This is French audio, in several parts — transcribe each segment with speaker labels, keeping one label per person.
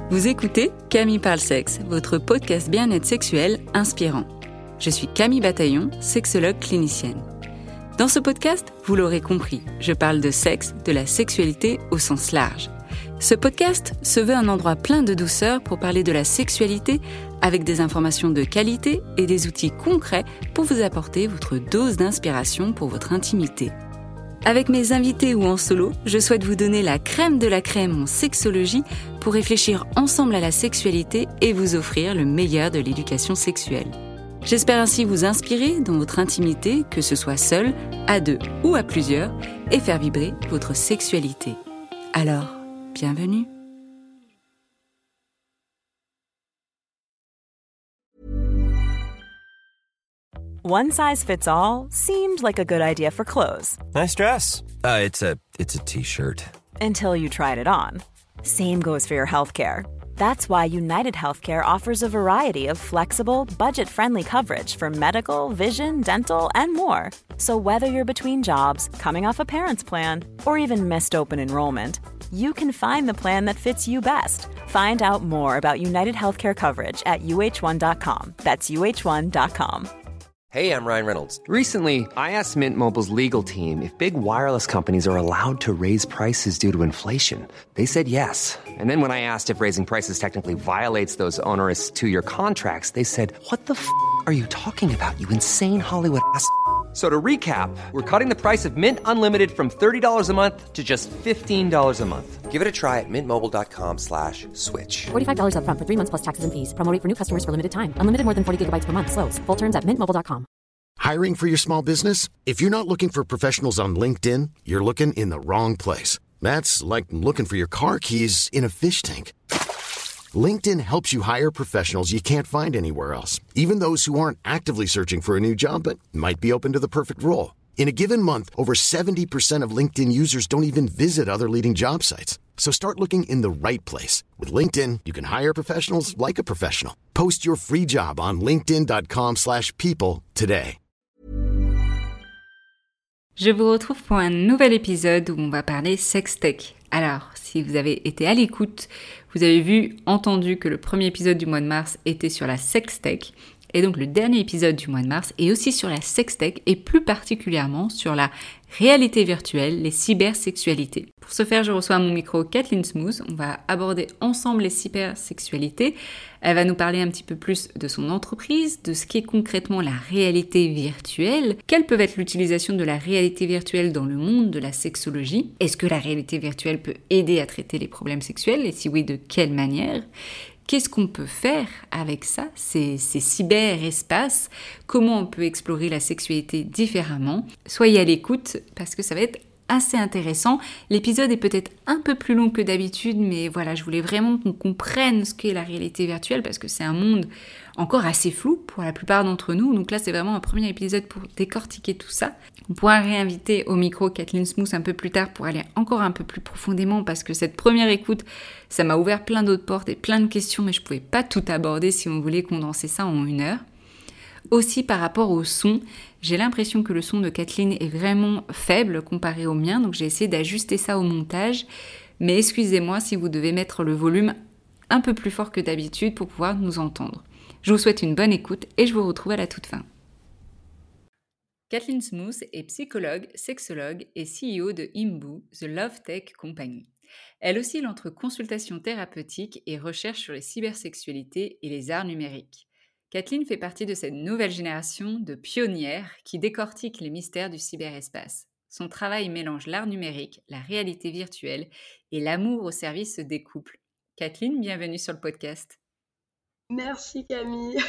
Speaker 1: Vous écoutez Camille Parle Sexe, votre podcast bien-être sexuel inspirant. Je suis Camille Bataillon, sexologue clinicienne. Dans ce podcast, vous l'aurez compris, je parle de sexe, de la sexualité au sens large. Ce podcast se veut un endroit plein de douceur pour parler de la sexualité avec des informations de qualité et des outils concrets pour vous apporter votre dose d'inspiration pour votre intimité. Avec mes invités ou en solo, je souhaite vous donner la crème de la crème en sexologie pour réfléchir ensemble à la sexualité et vous offrir le meilleur de l'éducation sexuelle. J'espère ainsi vous inspirer dans votre intimité, que ce soit seul, à deux ou à plusieurs, et faire vibrer votre sexualité. Alors, bienvenue.
Speaker 2: One size fits all seemed like a good idea for clothes.
Speaker 3: Nice dress. It's a t-shirt.
Speaker 2: Until you tried it on. Same goes for your healthcare. That's why United Healthcare offers a variety of flexible, budget-friendly coverage for medical, vision, dental, and more. So whether you're between jobs, coming off a parent's plan, or even missed open enrollment, you can find the plan that fits you best. Find out more about United Healthcare coverage at uh1.com. That's uh1.com.
Speaker 4: Hey, I'm Ryan Reynolds. Recently, I asked Mint Mobile's legal team if big wireless companies are allowed to raise prices due to inflation. They said yes. And then when I asked if raising prices technically violates those onerous two-year contracts, they said, "What the f*** are you talking about, you insane Hollywood ass?" So to recap, we're cutting the price of Mint Unlimited from $30 a month to just $15 a month. Give it a try at mintmobile.com/switch.
Speaker 5: $45 up front for 3 months plus taxes and fees. Promo rate for new customers for limited time. Unlimited more than 40 gigabytes per month. Slows full terms at mintmobile.com.
Speaker 6: Hiring for your small business? If you're not looking for professionals on LinkedIn, you're looking in the wrong place. That's like looking for your car keys in a fish tank. LinkedIn helps you hire professionals you can't find anywhere else, even those who aren't actively searching for a new job but might be open to the perfect role. In a given month, over 70% of LinkedIn users don't even visit other leading job sites. So start looking in the right place. With LinkedIn, you can hire professionals like a professional. Post your free job on linkedin.com/people today.
Speaker 1: Je vous retrouve pour un nouvel épisode où on va parler sextech. Alors, si vous avez été à l'écoute, vous avez entendu que le premier épisode du mois de mars était sur la sextech. Et donc le dernier épisode du mois de mars est aussi sur la sextech et plus particulièrement sur la réalité virtuelle, les cybersexualités. Pour ce faire, je reçois à mon micro Kathleen Smooth. On va aborder ensemble les cybersexualités. Elle va nous parler un petit peu plus de son entreprise, de ce qu'est concrètement la réalité virtuelle, quelle peut être l'utilisation de la réalité virtuelle dans le monde de la sexologie. Est-ce que la réalité virtuelle peut aider à traiter les problèmes sexuels et si oui, de quelle manière ? Qu'est-ce qu'on peut faire avec ça, ces cyberespaces? Comment on peut explorer la sexualité différemment? Soyez à l'écoute parce que ça va être assez intéressant. L'épisode est peut-être un peu plus long que d'habitude, mais voilà, je voulais vraiment qu'on comprenne ce qu'est la réalité virtuelle parce que c'est un monde encore assez flou pour la plupart d'entre nous. Donc là, c'est vraiment un premier épisode pour décortiquer tout ça. On pourra réinviter au micro Kathleen Smooth un peu plus tard pour aller encore un peu plus profondément parce que cette première écoute, ça m'a ouvert plein d'autres portes et plein de questions, mais je ne pouvais pas tout aborder si on voulait condenser ça en 1 heure. Aussi par rapport au son, j'ai l'impression que le son de Kathleen est vraiment faible comparé au mien, donc j'ai essayé d'ajuster ça au montage. Mais excusez-moi si vous devez mettre le volume un peu plus fort que d'habitude pour pouvoir nous entendre. Je vous souhaite une bonne écoute et je vous retrouve à la toute fin. Kathleen Smooth est psychologue, sexologue et CEO de Imbu, The Love Tech Company. Elle oscille entre consultation thérapeutique et recherche sur les cybersexualités et les arts numériques. Kathleen fait partie de cette nouvelle génération de pionnières qui décortiquent les mystères du cyberespace. Son travail mélange l'art numérique, la réalité virtuelle et l'amour au service des couples. Kathleen, bienvenue sur le podcast.
Speaker 7: Merci Camille.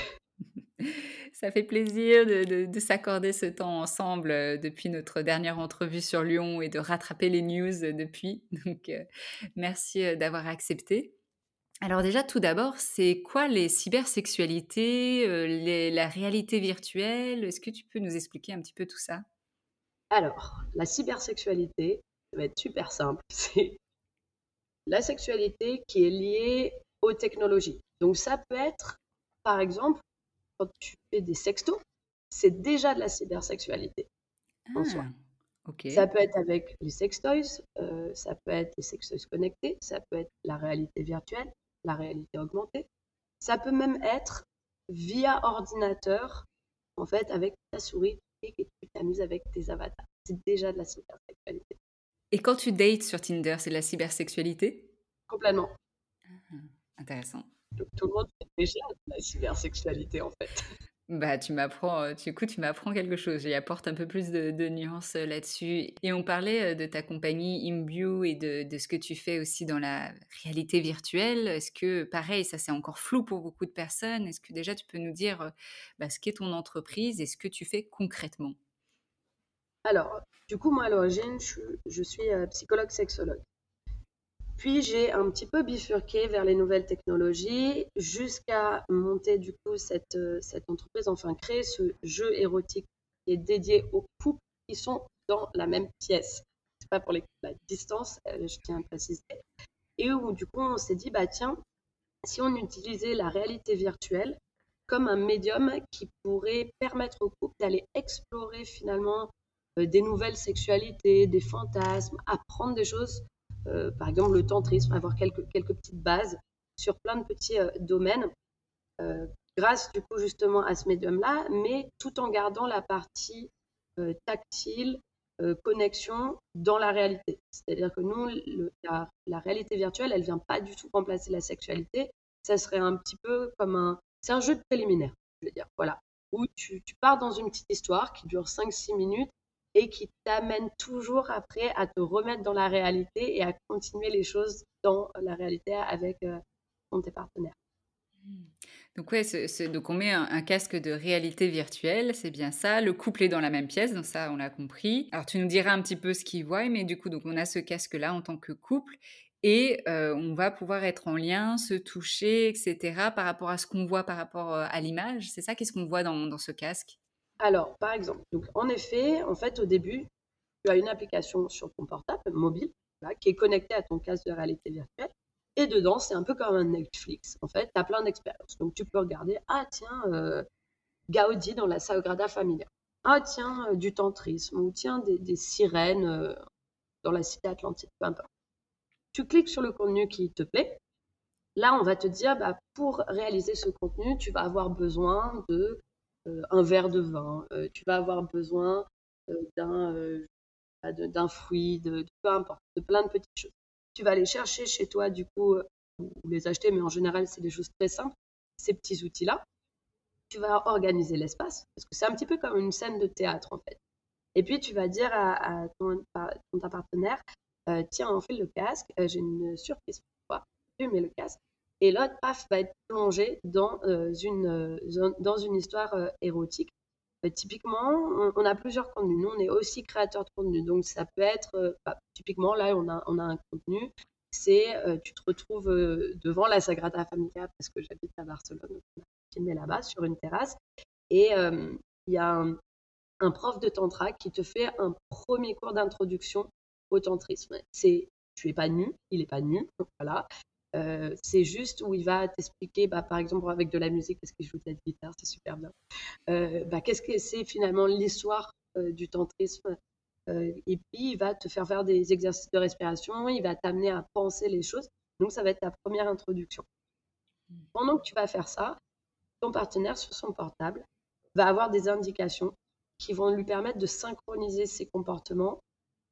Speaker 1: Ça fait plaisir de s'accorder ce temps ensemble depuis notre dernière entrevue sur Lyon et de rattraper les news depuis. Donc, merci d'avoir accepté. Alors déjà, tout d'abord, c'est quoi les cybersexualités, la réalité virtuelle? Est-ce que tu peux nous expliquer un petit peu tout ça?
Speaker 7: Alors, la cybersexualité, ça va être super simple. C'est la sexualité qui est liée aux technologies. Donc ça peut être, par exemple, quand tu fais des sextos, c'est déjà de la cybersexualité en soi.
Speaker 1: Ok.
Speaker 7: Ça peut être avec les sextoys, ça peut être les sextoys connectés, ça peut être la réalité virtuelle. la réalité augmentée. Ça peut même être via ordinateur, en fait, avec ta souris, et que tu t'amuses avec tes avatars. C'est déjà de la cybersexualité.
Speaker 1: Et quand tu dates sur Tinder, c'est de la cybersexualité?
Speaker 7: Complètement.
Speaker 1: Intéressant.
Speaker 7: Donc, tout le monde fait déjà de la cybersexualité, en fait.
Speaker 1: Bah, tu m'apprends, tu m'apprends quelque chose. J'y apporte un peu plus de nuances là-dessus. Et on parlait de ta compagnie Imbue et de ce que tu fais aussi dans la réalité virtuelle. Est-ce que, pareil, ça c'est encore flou pour beaucoup de personnes? Est-ce que déjà tu peux nous dire ce qu'est ton entreprise et ce que tu fais concrètement?
Speaker 7: Alors, du coup, moi, à l'origine, je suis psychologue sexologue. Puis j'ai un petit peu bifurqué vers les nouvelles technologies jusqu'à monter du coup cette entreprise, enfin créer ce jeu érotique qui est dédié aux couples qui sont dans la même pièce. C'est pas pour la distance, je tiens à préciser. Et où du coup on s'est dit, bah tiens, si on utilisait la réalité virtuelle comme un médium qui pourrait permettre aux couples d'aller explorer finalement des nouvelles sexualités, des fantasmes, apprendre des choses, par exemple le tantrisme, avoir quelques petites bases sur plein de petits domaines, euh, grâce du coup justement à ce médium-là, mais tout en gardant la partie tactile, connexion dans la réalité. C'est-à-dire que nous, la réalité virtuelle, elle vient pas du tout remplacer la sexualité. Ça serait un petit peu comme c'est un jeu de préliminaire, je veux dire, voilà, où tu pars dans une petite histoire qui dure 5-6 minutes et qui t'amène toujours après à te remettre dans la réalité et à continuer les choses dans la réalité avec tes partenaires.
Speaker 1: Donc ouais, donc on met un casque de réalité virtuelle, c'est bien ça. Le couple est dans la même pièce, donc ça on l'a compris. Alors tu nous diras un petit peu ce qu'il voit, mais du coup donc on a ce casque-là en tant que couple et on va pouvoir être en lien, se toucher, etc. par rapport à ce qu'on voit par rapport à l'image. C'est ça, qu'est-ce qu'on voit dans ce casque?
Speaker 7: Alors, par exemple, donc en effet, en fait, au début, tu as une application sur ton portable mobile là, qui est connectée à ton casque de réalité virtuelle. Et dedans, c'est un peu comme un Netflix. En fait, tu as plein d'expériences. Donc, tu peux regarder, ah tiens, Gaudi dans la Sagrada Familia. Ah tiens, du tantrisme. Ou tiens, des sirènes dans la cité atlantique. Peu importe. Tu cliques sur le contenu qui te plaît. Là, on va te dire, bah, pour réaliser ce contenu, tu vas avoir besoin de un verre de vin. Tu vas avoir besoin d'un fruit, de peu importe, de plein de petites choses. Tu vas aller chercher chez toi, du coup, ou les acheter, mais en général, c'est des choses très simples, ces petits outils-là. Tu vas organiser l'espace, parce que c'est un petit peu comme une scène de théâtre, en fait. Et puis, tu vas dire à ta partenaire, tiens, enfile le casque, j'ai une surprise pour toi. Tu mets le casque. Et l'autre, paf, va être plongé dans une histoire érotique. Typiquement, on a plusieurs contenus. Nous, on est aussi créateurs de contenu. Donc, ça peut être, typiquement, là, on a un contenu, c'est tu te retrouves devant la Sagrada Familia, parce que j'habite à Barcelone, donc on a filmé là-bas, sur une terrasse. Et il y a un prof de tantra qui te fait un premier cours d'introduction au tantrisme. Tu n'es pas nu, il n'est pas nu, voilà. C'est juste où il va t'expliquer, par exemple avec de la musique, parce qu'il joue de la guitare, c'est super bien. Qu'est-ce que c'est finalement l'histoire du tantrisme, et puis il va te faire des exercices de respiration, il va t'amener à penser les choses. Donc ça va être ta première introduction. Pendant que tu vas faire ça, ton partenaire sur son portable va avoir des indications qui vont lui permettre de synchroniser ses comportements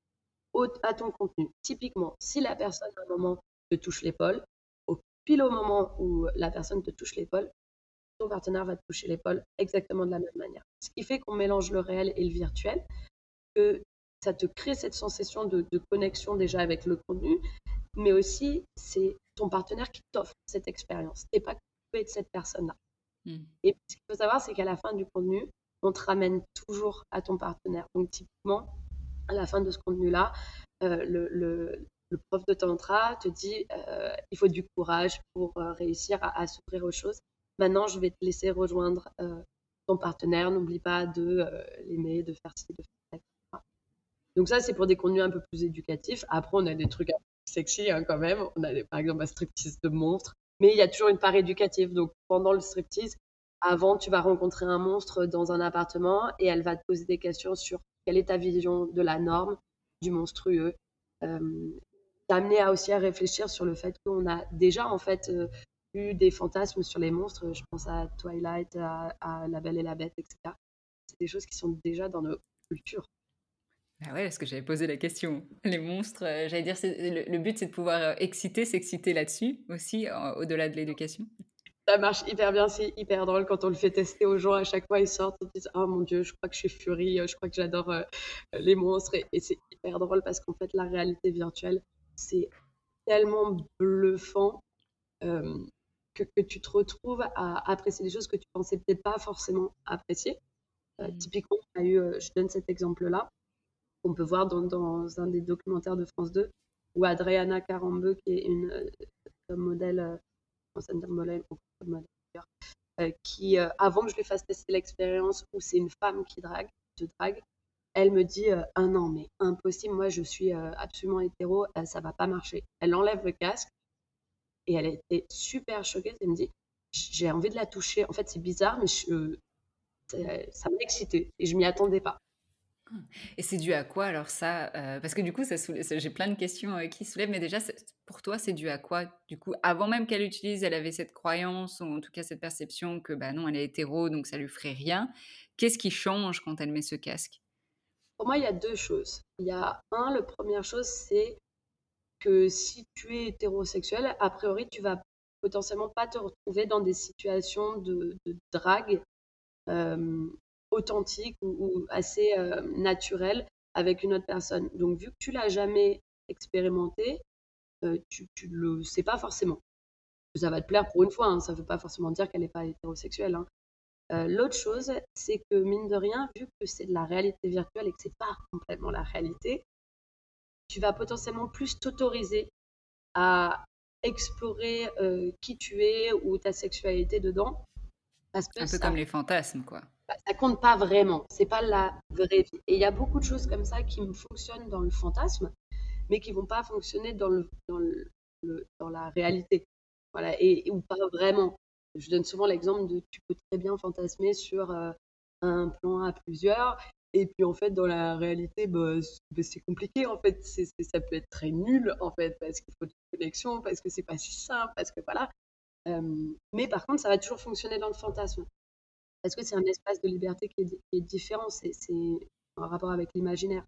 Speaker 7: à ton contenu. Typiquement, si la personne à un moment te touche l'épaule, pile au moment où la personne te touche l'épaule, ton partenaire va te toucher l'épaule exactement de la même manière. Ce qui fait qu'on mélange le réel et le virtuel, que ça te crée cette sensation de connexion déjà avec le contenu, mais aussi c'est ton partenaire qui t'offre cette expérience. Tu n'es pas coupé de cette personne-là. Et ce qu'il faut savoir, c'est qu'à la fin du contenu, on te ramène toujours à ton partenaire. Donc typiquement, à la fin de ce contenu-là, le prof de tantra te dit il faut du courage pour réussir à s'ouvrir aux choses. Maintenant, je vais te laisser rejoindre ton partenaire. N'oublie pas de l'aimer, de faire ci, de faire ça, etc. Donc ça, c'est pour des contenus un peu plus éducatifs. Après, on a des trucs un peu sexy quand même. On a par exemple un striptease de monstres. Mais il y a toujours une part éducative. Donc pendant le striptease, avant, tu vas rencontrer un monstre dans un appartement et elle va te poser des questions sur quelle est ta vision de la norme, du monstrueux. t'a amené aussi à réfléchir sur le fait qu'on a déjà en fait eu des fantasmes sur les monstres. Je pense à Twilight, à La Belle et la Bête, etc. C'est des choses qui sont déjà dans nos cultures.
Speaker 1: Ah ouais, parce que j'avais posé la question. Les monstres, j'allais dire, le but, c'est de pouvoir s'exciter là-dessus aussi, au-delà de l'éducation.
Speaker 7: Ça marche hyper bien, c'est hyper drôle quand on le fait tester aux gens. À chaque fois, ils sortent, ils disent oh mon Dieu, je crois que je suis furie, je crois que j'adore les monstres. Et c'est hyper drôle parce qu'en fait, la réalité virtuelle, c'est tellement bluffant que tu te retrouves à apprécier des choses que tu pensais peut-être pas forcément apprécier. Typiquement, je donne cet exemple-là, qu'on peut voir dans un des documentaires de France 2, où Adriana Carambeu, qui est une modèle, qui, avant que je lui fasse tester l'expérience où c'est une femme qui drague, elle me dit ah non, mais impossible, moi je suis absolument hétéro, ça va pas marcher. Elle enlève le casque et elle était super choquée. Elle me dit j'ai envie de la toucher. En fait, c'est bizarre, mais ça m'a excitée et je m'y attendais pas.
Speaker 1: Et c'est dû à quoi alors ça parce que du coup, j'ai plein de questions qui soulèvent, mais déjà, pour toi, c'est dû à quoi? Du coup, avant même qu'elle utilise, elle avait cette croyance, ou en tout cas cette perception que bah non, elle est hétéro, donc ça lui ferait rien. Qu'est-ce qui change quand elle met ce casque?
Speaker 7: Pour moi, il y a deux choses. Il y a la première chose, c'est que si tu es hétérosexuel, a priori, tu vas potentiellement pas te retrouver dans des situations de drague authentique ou assez naturelle avec une autre personne. Donc, vu que tu l'as jamais expérimenté, tu le sais pas forcément. Ça va te plaire pour une fois, hein, ça veut pas forcément dire qu'elle n'est pas hétérosexuelle. Hein. L'autre chose, c'est que mine de rien, vu que c'est de la réalité virtuelle et que c'est pas complètement la réalité, tu vas potentiellement plus t'autoriser à explorer qui tu es ou ta sexualité dedans. Parce que
Speaker 1: Un peu comme les fantasmes, quoi.
Speaker 7: ça compte pas vraiment, c'est pas la vraie vie. Et il y a beaucoup de choses comme ça qui fonctionnent dans le fantasme, mais qui vont pas fonctionner dans la réalité. Voilà, ou pas vraiment. Je donne souvent l'exemple de tu peux très bien fantasmer sur un plan à plusieurs, et puis en fait, dans la réalité, c'est compliqué en fait. Ça peut être très nul en fait, parce qu'il faut de connexion, parce que c'est pas si simple, parce que voilà. Mais par contre, ça va toujours fonctionner dans le fantasme. Parce que c'est un espace de liberté qui est différent, c'est en rapport avec l'imaginaire.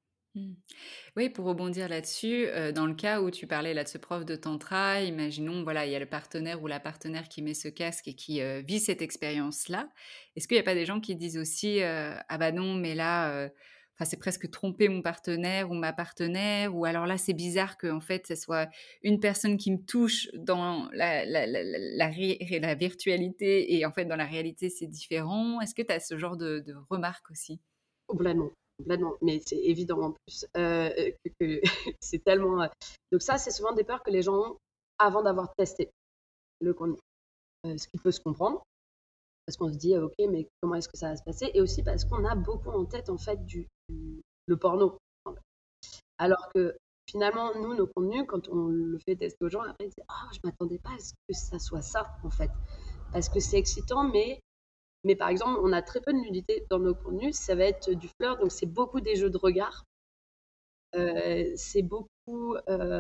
Speaker 1: Oui, pour rebondir là-dessus, dans le cas où tu parlais là de ce prof de tantra, imaginons, voilà, il y a le partenaire ou la partenaire qui met ce casque et qui vit cette expérience-là. Est-ce qu'il n'y a pas des gens qui disent aussi ah bah non, mais là, enfin c'est presque tromper mon partenaire ou ma partenaire, ou alors là c'est bizarre que en fait ce soit une personne qui me touche dans la virtualité et en fait dans la réalité c'est différent. Est-ce que tu as ce genre de remarques aussi?
Speaker 7: Complètement, complètement. Mais c'est évident en plus que c'est tellement. Donc, ça, c'est souvent des peurs que les gens ont avant d'avoir testé le contenu. Ce qui peut se comprendre, parce qu'on se dit, ok, mais comment est-ce que ça va se passer? Et aussi parce qu'on a beaucoup en tête, en fait, le porno. Alors que finalement, nous, nos contenus, quand on le fait tester aux gens, après, ils disent, ah, je m'attendais pas à ce que ça soit ça, en fait. Parce que c'est excitant, mais par exemple, on a très peu de nudité dans nos contenus. Ça va être du flirt, donc c'est beaucoup des jeux de regard. C'est beaucoup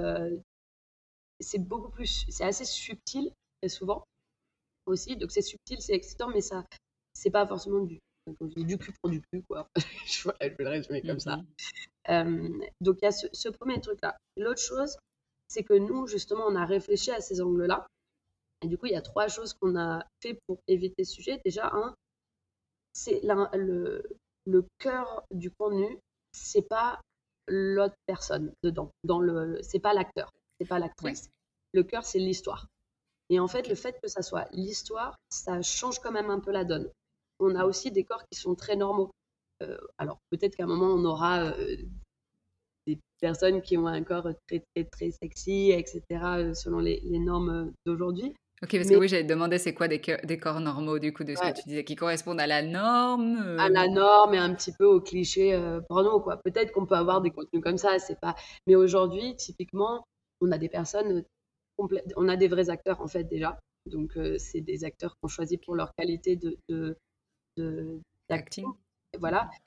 Speaker 7: plus, c'est assez subtil très souvent aussi. Donc c'est subtil, c'est excitant, mais ça, c'est pas forcément du cul pour du cul, quoi. Je vais le résumer comme ça. Donc il y a ce premier truc-là. L'autre chose, c'est que nous, justement, on a réfléchi à ces angles-là. Et du coup, il y a 3 choses qu'on a fait pour éviter ce sujet. Déjà, c'est le cœur du contenu, c'est pas l'autre personne dedans. C'est pas l'acteur, c'est pas l'actrice. Ouais. Le cœur, c'est l'histoire. Et en fait, le fait que ça soit l'histoire, ça change quand même un peu la donne. On a aussi des corps qui sont très normaux. Alors, peut-être qu'à un moment, on aura des personnes qui ont un corps très, très, très sexy, etc., selon les normes d'aujourd'hui.
Speaker 1: Ok, parce que oui, j'allais te demander c'est quoi des corps normaux, du coup, de ce que tu disais, qui correspondent à la norme
Speaker 7: À la norme et un petit peu au cliché porno, quoi. Peut-être qu'on peut avoir des contenus comme ça, c'est pas... Mais aujourd'hui, typiquement, on a des personnes on a des vrais acteurs, en fait, déjà. Donc, c'est des acteurs qu'on choisit pour leur qualité d'acting. Voilà.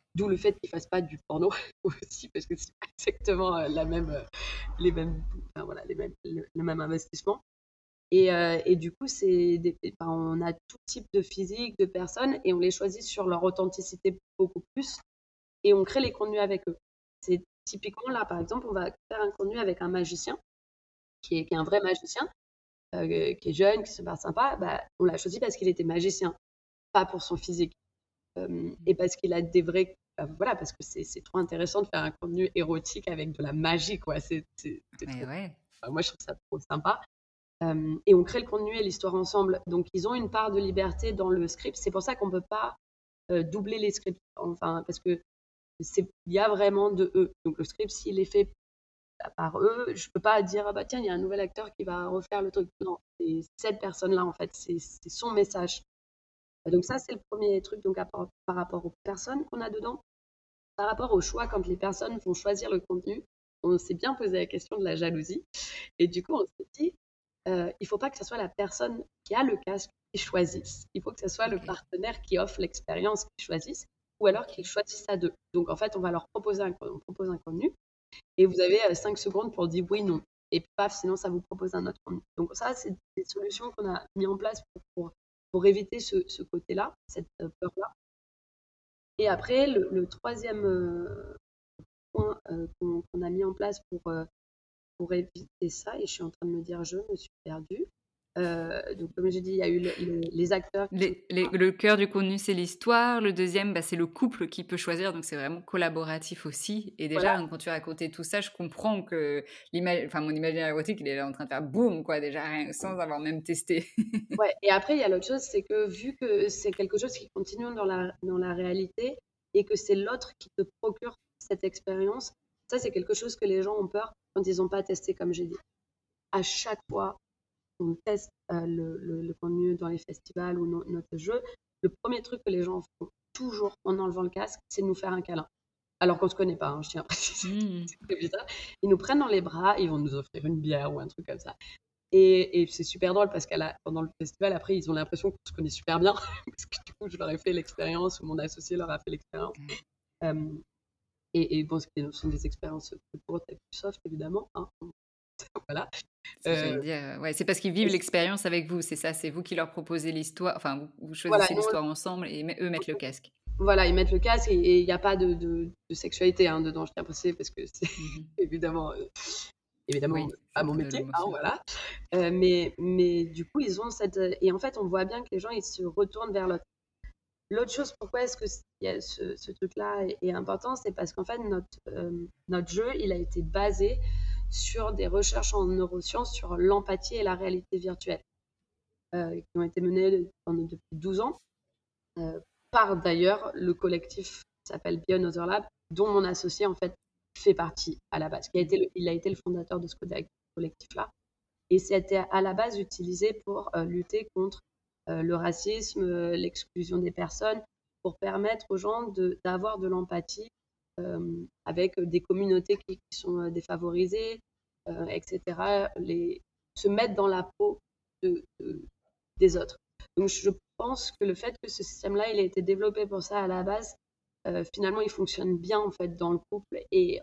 Speaker 7: D'où le fait qu'ils fassent pas du porno aussi, parce que c'est pas exactement les mêmes, enfin, voilà, le même investissement. Et du coup, on a tout type de physique, de personnes, et on les choisit sur leur authenticité beaucoup plus, et on crée les contenus avec eux. C'est typiquement là, par exemple, on va faire un contenu avec un magicien, qui est un vrai magicien, qui est jeune, qui est super sympa. Bah, on l'a choisi parce qu'il était magicien, pas pour son physique. Et parce qu'il a des vrais... voilà, parce que c'est trop intéressant de faire un contenu érotique avec de la magie, quoi.
Speaker 1: Mais ouais.
Speaker 7: Moi, je trouve ça trop sympa. Et on crée le contenu et l'histoire ensemble. Donc, ils ont une part de liberté dans le script. C'est pour ça qu'on ne peut pas doubler les scripts. Enfin, parce que il y a vraiment de eux. Donc, le script, s'il est fait par eux, je ne peux pas dire, ah bah tiens, il y a un nouvel acteur qui va refaire le truc. Non, c'est cette personne-là, en fait. C'est son message. Donc, ça, c'est le premier truc donc, par rapport aux personnes qu'on a dedans. Par rapport au choix, quand les personnes vont choisir le contenu, on s'est bien posé la question de la jalousie. Et du coup, on s'est dit, il ne faut pas que ce soit la personne qui a le casque qui choisisse. Il faut que ce soit le partenaire qui offre l'expérience qui choisisse, ou alors qu'ils choisissent à deux. Donc, en fait, on va leur proposer un contenu, et vous avez 5 secondes pour dire oui, non. Et paf, sinon, ça vous propose un autre contenu. Donc, ça, c'est des solutions qu'on a mis en place pour éviter ce côté-là, cette peur-là. Et après, le troisième point qu'on a mis en place pour éviter ça, et je suis en train de me dire, je me suis perdue. Donc, comme j'ai dit, il y a eu les acteurs.
Speaker 1: Le cœur du contenu, c'est l'histoire. Le deuxième, c'est le couple qui peut choisir. Donc, c'est vraiment collaboratif aussi. Et déjà,
Speaker 7: Voilà.
Speaker 1: quand tu racontais tout ça, je comprends que mon imaginaire érotique, il est là en train de faire boum, quoi, déjà, sans avoir même testé.
Speaker 7: Ouais. Et après, il y a l'autre chose, c'est que vu que c'est quelque chose qui continue dans la réalité et que c'est l'autre qui te procure cette expérience, ça, c'est quelque chose que les gens ont peur quand ils n'ont pas testé, comme j'ai dit. À chaque fois on teste le contenu dans les festivals ou notre jeu, le premier truc que les gens font toujours en enlevant le casque, c'est de nous faire un câlin. Alors qu'on ne se connaît pas, je tiens à préciser, c'est très bizarre. Ils nous prennent dans les bras, ils vont nous offrir une bière ou un truc comme ça. Et c'est super drôle parce pendant le festival, après, ils ont l'impression qu'on se connaît super bien parce que du coup, je leur ai fait l'expérience ou mon associé leur a fait l'expérience. Et bon, ce sont des expériences plus courtes et plus soft, évidemment. Hein. Voilà.
Speaker 1: J'allais dire, c'est parce qu'ils vivent l'expérience avec vous, c'est ça, c'est vous qui leur proposez l'histoire, enfin, vous choisissez l'histoire ensemble et eux mettent le casque.
Speaker 7: Voilà, ils mettent le casque et il n'y a pas de sexualité dedans, je tiens à préciser, parce que c'est évidemment
Speaker 1: Oui,
Speaker 7: pas mon métier, voilà. Mais du coup, ils ont et en fait, on voit bien que les gens, ils se retournent vers l'autre. L'autre chose, pourquoi est-ce que ce truc-là est important, c'est parce qu'en fait, notre jeu, il a été basé sur des recherches en neurosciences sur l'empathie et la réalité virtuelle, qui ont été menées depuis 12 ans, par d'ailleurs le collectif qui s'appelle Beyond Other Lab, dont mon associé en fait fait partie à la base. Il a été le fondateur de ce collectif-là, et c'était à la base utilisé pour lutter contre le racisme, l'exclusion des personnes, pour permettre aux gens d'avoir de l'empathie avec des communautés qui sont défavorisées, etc. Se mettre dans la peau des autres. Donc je pense que le fait que ce système-là, il a été développé pour ça à la base, finalement, il fonctionne bien en fait dans le couple, et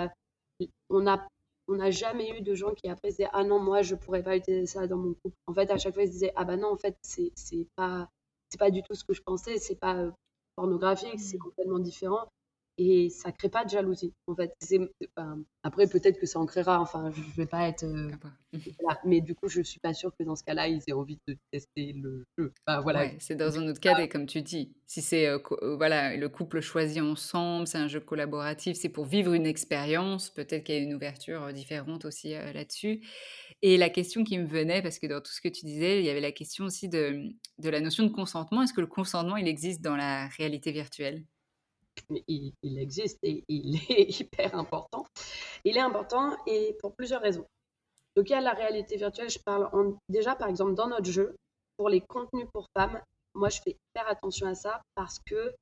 Speaker 7: on n'a jamais eu de gens qui après disaient ah non, moi je pourrais pas utiliser ça dans mon couple. En fait, à chaque fois ils se disaient ah bah non, en fait c'est pas du tout ce que je pensais, c'est pas pornographique, c'est complètement différent, et ça crée pas de jalousie en fait. Après peut-être que ça en créera, enfin je vais pas être voilà. Mais du coup je suis pas sûre que dans ce cas-là ils aient envie de tester le jeu. Voilà.
Speaker 1: Ouais, c'est dans un autre cadre, et comme tu dis, si c'est voilà, le couple choisit ensemble, c'est un jeu collaboratif, c'est pour vivre une expérience, peut-être qu'il y a une ouverture différente aussi là-dessus. Et la question qui me venait, parce que dans tout ce que tu disais, il y avait la question aussi de la notion de consentement. Est-ce que le consentement, il existe dans la réalité virtuelle?
Speaker 7: Mais il existe et il est hyper important. Il est important, et pour plusieurs raisons. Donc il y a la réalité virtuelle, je parle déjà par exemple dans notre jeu, pour les contenus pour femmes, moi je fais hyper attention à ça parce que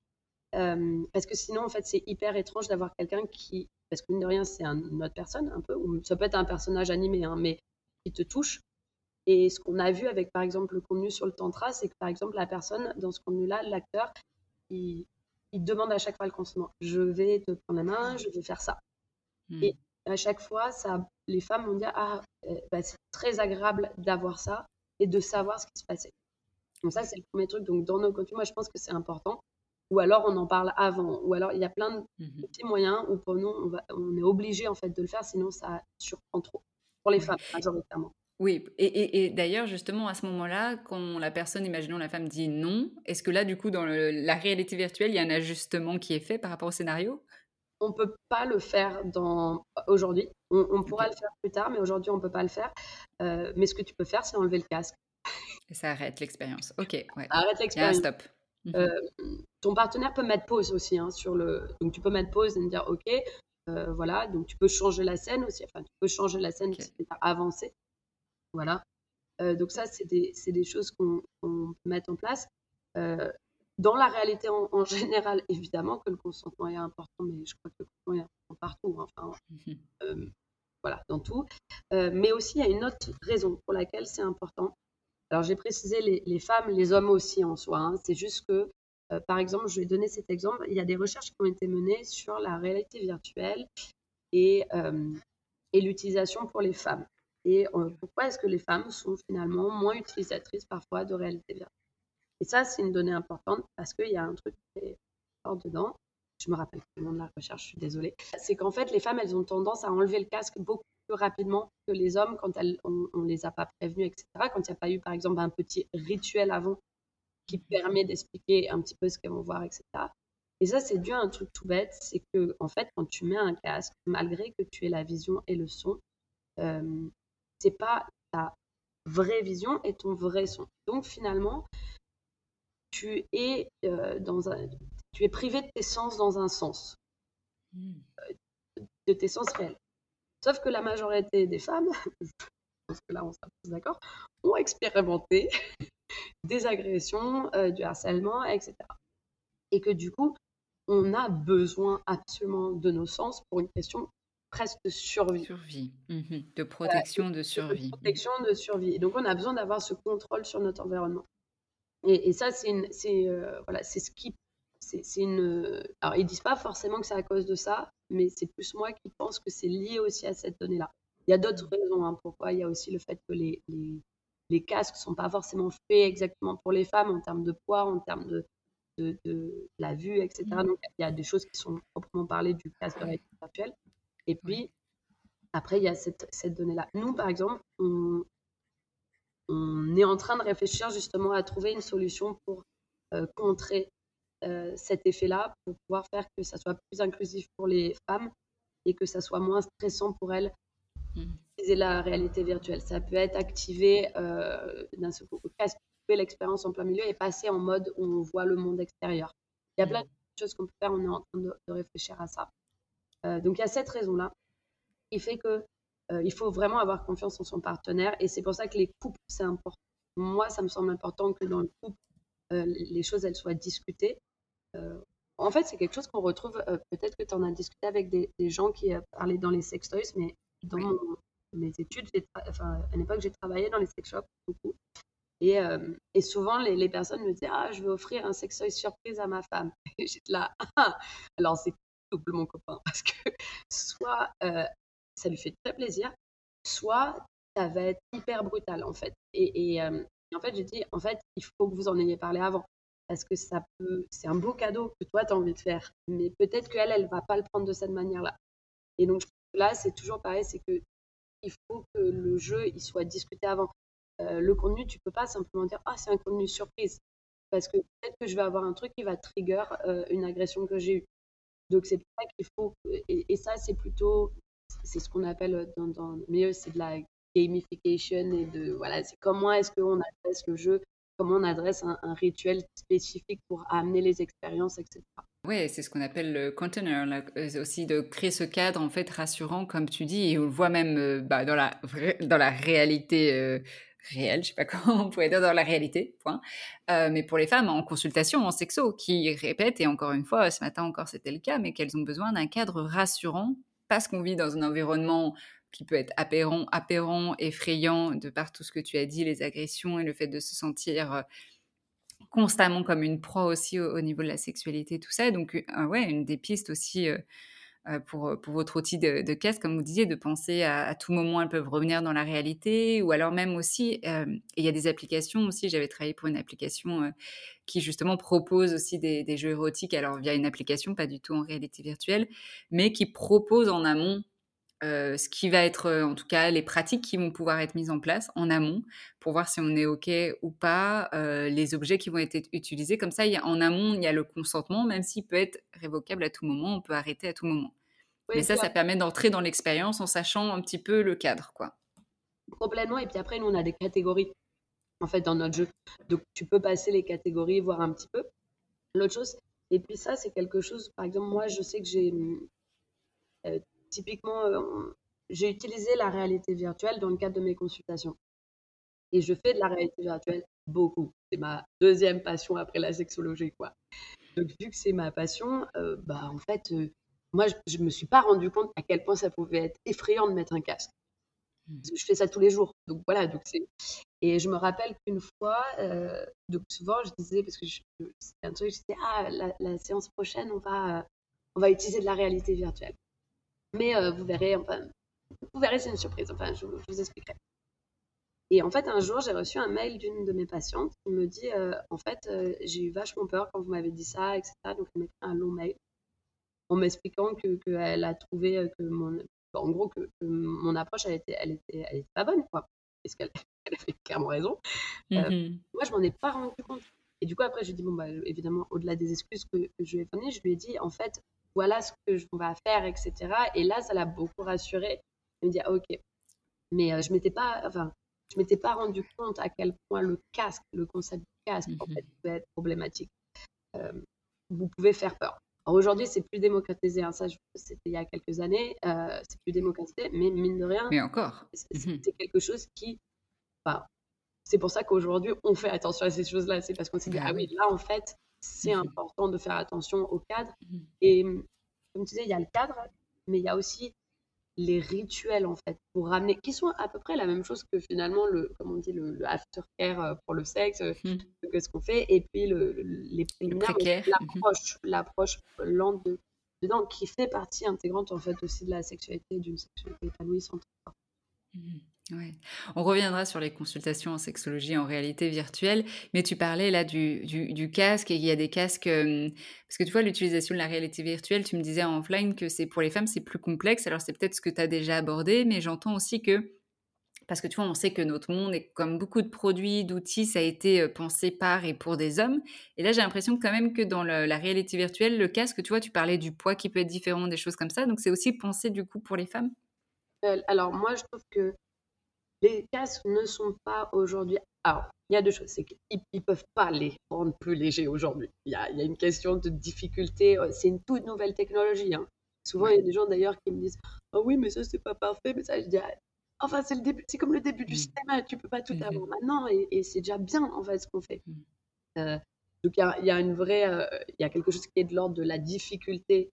Speaker 7: sinon en fait c'est hyper étrange d'avoir quelqu'un parce que mine de rien c'est une autre personne un peu, ou ça peut être un personnage animé, mais qui te touche. Et ce qu'on a vu avec par exemple le contenu sur le tantra, c'est que par exemple la personne dans ce contenu-là, l'acteur, il demande à chaque fois le consentement. Je vais te prendre la main, je vais faire ça. Et à chaque fois, les femmes vont dire c'est très agréable d'avoir ça et de savoir ce qui se passait. Donc ça, c'est le premier truc. Donc dans nos contenus, moi, je pense que c'est important. Ou alors, on en parle avant. Ou alors, il y a plein de petits moyens où pour nous, on est obligé en fait de le faire, sinon ça surprend trop. Pour les femmes, majoritairement.
Speaker 1: Oui, et d'ailleurs, justement, à ce moment-là, quand la personne, imaginons la femme, dit non, est-ce que là, du coup, dans la réalité virtuelle, il y a un ajustement qui est fait par rapport au scénario?
Speaker 7: On peut pas le faire aujourd'hui. On pourra
Speaker 1: Ok.
Speaker 7: le faire plus tard, mais aujourd'hui, on peut pas le faire. Mais ce que tu peux faire, c'est enlever le casque.
Speaker 1: Et ça arrête l'expérience. Ok, ouais.
Speaker 7: Arrête
Speaker 1: Il y a un
Speaker 7: l'expérience.
Speaker 1: stop.
Speaker 7: Euh, Ton partenaire peut mettre pause aussi sur donc tu peux mettre pause et me dire ok, voilà, donc tu peux changer la scène aussi, enfin tu peux changer la scène,
Speaker 1: Ok.
Speaker 7: c'est-à-dire avancer, voilà. Donc ça c'est des choses qu'on peut mettre en place. Dans la réalité en général, évidemment que le consentement est important, mais je crois que le consentement est important partout, hein, enfin voilà, dans tout. Mais aussi il y a une autre raison pour laquelle c'est important. Alors j'ai précisé les femmes, les hommes aussi en soi, hein. C'est juste que, par exemple, je vais donner cet exemple, il y a des recherches qui ont été menées sur la réalité virtuelle et, et l'utilisation pour les femmes. Et pourquoi est-ce que les femmes sont finalement moins utilisatrices parfois de réalité virtuelle? Et ça, c'est une donnée importante parce qu'il y a un truc qui est fort dedans. Je me rappelle plus le nom de la recherche, je suis désolée. C'est qu'en fait, les femmes, elles ont tendance à enlever le casque beaucoup plus rapidement que les hommes quand on les a pas prévenus, etc. Quand il n'y a pas eu, par exemple, un petit rituel avant qui permet d'expliquer un petit peu ce qu'elles vont voir, etc. Et ça, c'est dû à un truc tout bête, c'est que en fait, quand tu mets un casque, malgré que tu aies la vision et le son, c'est pas ta vraie vision et ton vrai son. Donc finalement, tu es tu es privé de tes sens dans un sens, de tes sens réels. Sauf que la majorité des femmes, je pense que là on sera tous d'accord, ont expérimenté des agressions, du harcèlement, etc. Et que du coup, on a besoin absolument de nos sens pour une question presque de survie.
Speaker 1: Survie. De
Speaker 7: Voilà,
Speaker 1: protection, de survie.
Speaker 7: protection, de survie. Et donc on a besoin d'avoir ce contrôle sur notre environnement. Et ça, voilà, c'est ce qui, c'est une. Alors ils disent pas forcément que c'est à cause de ça, mais c'est plus moi qui pense que c'est lié aussi à cette donnée-là. Il y a d'autres raisons pourquoi. Il y a aussi le fait que les casques sont pas forcément faits exactement pour les femmes en termes de poids, en termes de la vue, etc. Donc il y a des choses qui sont proprement parlées du casque de réalité virtuelle. Et puis après, il y a cette donnée-là. Nous, par exemple, on est en train de réfléchir justement à trouver une solution pour contrer cet effet-là, pour pouvoir faire que ça soit plus inclusif pour les femmes et que ça soit moins stressant pour elles d'utiliser la réalité virtuelle. Ça peut être activé d'un seul coup, casser l'expérience en plein milieu et passer en mode où on voit le monde extérieur. Il y a plein de choses qu'on peut faire, on est en train de réfléchir à ça. Donc il y a cette raison-là qui fait que il faut vraiment avoir confiance en son partenaire et c'est pour ça que les couples, c'est important. Moi, ça me semble important que dans le couple, les choses, elles soient discutées. En fait, c'est quelque chose qu'on retrouve, peut-être que tu en as discuté avec des gens qui parlaient dans les sex toys, mais dans mes études, à une époque, j'ai travaillé dans les sex shops beaucoup. Et souvent, les personnes me disaient je vais offrir un sex toy surprise à ma femme. Et j'étais là, alors c'est double mon copain, parce que soit ça lui fait très plaisir, soit ça va être hyper brutal en fait. Et en fait, j'ai dit, en fait, il faut que vous en ayez parlé avant. Parce que c'est un beau cadeau que toi, tu as envie de faire. Mais peut-être qu'elle, elle va pas le prendre de cette manière-là. Et donc là, c'est toujours pareil, c'est que il faut que le jeu, il soit discuté avant. Le contenu, tu peux pas simplement dire, c'est un contenu surprise. Parce que peut-être que je vais avoir un truc qui va trigger une agression que j'ai eue. Donc c'est pour ça qu'il faut, et ça c'est plutôt, c'est ce qu'on appelle dans le milieu, c'est de la gamification et voilà, c'est comment est-ce qu'on adresse le jeu, comment on adresse un rituel spécifique pour amener les expériences, etc.
Speaker 1: Oui, c'est ce qu'on appelle le container, là, aussi de créer ce cadre en fait rassurant, comme tu dis, et on le voit même dans la réalité réelle, je sais pas comment on pourrait dire dans la réalité, point. Mais pour les femmes en consultation, en sexo, qui répètent, et encore une fois, ce matin encore c'était le cas, mais qu'elles ont besoin d'un cadre rassurant parce qu'on vit dans un environnement qui peut être aberrant, effrayant, de par tout ce que tu as dit, les agressions et le fait de se sentir constamment comme une proie aussi au niveau de la sexualité, tout ça. Donc, ouais, une des pistes aussi, pour votre outil de casque, comme vous disiez, de penser à tout moment, elles peuvent revenir dans la réalité ou alors même aussi, il y a des applications aussi, j'avais travaillé pour une application, qui justement propose aussi des jeux érotiques, alors via une application, pas du tout en réalité virtuelle, mais qui propose en amont ce qui va être, en tout cas, les pratiques qui vont pouvoir être mises en place en amont pour voir si on est OK ou pas, les objets qui vont être utilisés. Comme ça, il y a en amont, il y a le consentement, même s'il peut être révocable à tout moment, on peut arrêter à tout moment.
Speaker 7: Oui,
Speaker 1: Mais
Speaker 7: et puis
Speaker 1: ça permet d'entrer dans l'expérience en sachant un petit peu le cadre, quoi.
Speaker 7: complètement. Et puis après, nous, on a des catégories en fait dans notre jeu. Donc, tu peux passer les catégories, voir un petit peu. L'autre chose, et puis ça, c'est quelque chose, par exemple, moi, je sais que euh, typiquement, j'ai utilisé la réalité virtuelle dans le cadre de mes consultations. Et je fais de la réalité virtuelle beaucoup. C'est ma deuxième passion après la sexologie, quoi. Donc, vu que c'est ma passion, bah, en fait, moi, je me suis pas rendu compte à quel point ça pouvait être effrayant de mettre un casque. Parce que je fais ça tous les jours. Donc, voilà. Donc et je me rappelle qu'une fois, donc souvent, je disais, parce que c'était un truc, je disais, ah, la séance prochaine, on va utiliser de la réalité virtuelle. Mais vous verrez, c'est une surprise. Enfin, je vous expliquerai. Et en fait, un jour, j'ai reçu un mail d'une de mes patientes qui me dit, en fait, j'ai eu vachement peur quand vous m'avez dit ça, etc. Donc, elle m'a écrit un long mail en m'expliquant qu'elle a trouvé en gros, que mon approche, elle était pas bonne, quoi. Parce qu'elle elle avait clairement raison.
Speaker 1: Mmh.
Speaker 7: Moi, je m'en ai pas rendu compte. Et du coup, après, j'ai dit, bon, bah, évidemment, au-delà des excuses que je lui ai données, je lui ai dit, en fait, voilà ce que on va faire, etc. Et là, ça l'a beaucoup rassurée. Elle me dit, ah, ok. Mais je m'étais pas rendu compte à quel point le casque, le concept du casque, en fait,
Speaker 1: Mmh.
Speaker 7: peut être problématique. Euh, vous pouvez faire peur. Alors aujourd'hui, c'est plus démocratisé, hein, ça, c'était il y a quelques années, c'est plus démocratisé, mais mine de rien,
Speaker 1: Mais encore.
Speaker 7: c'est
Speaker 1: Mmh.
Speaker 7: c'est quelque chose qui, enfin, c'est pour ça qu'aujourd'hui, on fait attention à ces choses-là. C'est parce qu'on s'est dit,
Speaker 1: Bah
Speaker 7: ah oui,
Speaker 1: oui.
Speaker 7: là, en fait, c'est
Speaker 1: Mmh.
Speaker 7: important de faire attention au cadre.
Speaker 1: Mmh.
Speaker 7: Et comme tu disais, il y a le cadre, mais il y a aussi les rituels, en fait, pour ramener, qui sont à peu près la même chose que finalement, comme on dit, le aftercare pour le sexe,
Speaker 1: Mmh.
Speaker 7: que ce qu'on fait, et puis les
Speaker 1: Le
Speaker 7: préliminaires, mais
Speaker 1: précaire. Mmh.
Speaker 7: l'approche lente dedans, qui fait partie intégrante, en fait, aussi de la sexualité, d'une sexualité épanouissante.
Speaker 1: Mmh. Ouais. On reviendra sur les consultations en sexologie en réalité virtuelle, mais tu parlais là du casque et il y a des casques, parce que tu vois l'utilisation de la réalité virtuelle, tu me disais en offline que c'est pour les femmes, c'est plus complexe. Alors c'est peut-être ce que tu as déjà abordé, mais j'entends aussi que parce que tu vois, on sait que notre monde est comme beaucoup de produits, d'outils, ça a été, pensé par et pour des hommes et là, j'ai l'impression quand même que dans la réalité virtuelle, le casque, tu vois, tu parlais du poids qui peut être différent, des choses comme ça, donc c'est aussi pensé du coup pour les femmes?
Speaker 7: Alors moi, je trouve que les casques ne sont pas aujourd'hui. Alors, il y a deux choses. C'est qu'ils ne peuvent pas les rendre plus légers aujourd'hui. Il y a une question de difficulté. C'est une toute nouvelle technologie, hein. Souvent, il y a
Speaker 1: Ouais.
Speaker 7: des gens d'ailleurs qui me disent, ah oui, mais ça, c'est pas parfait. Mais ça, je dis, ah, enfin, c'est le début. C'est comme le début du
Speaker 1: Mmh.
Speaker 7: cinéma. Tu peux pas tout
Speaker 1: Mmh
Speaker 7: avoir
Speaker 1: mh.
Speaker 7: maintenant. Et c'est déjà bien, en fait, ce qu'on fait.
Speaker 1: Mmh.
Speaker 7: Euh, donc, il y a une vraie. Il y a quelque chose qui est de l'ordre de la difficulté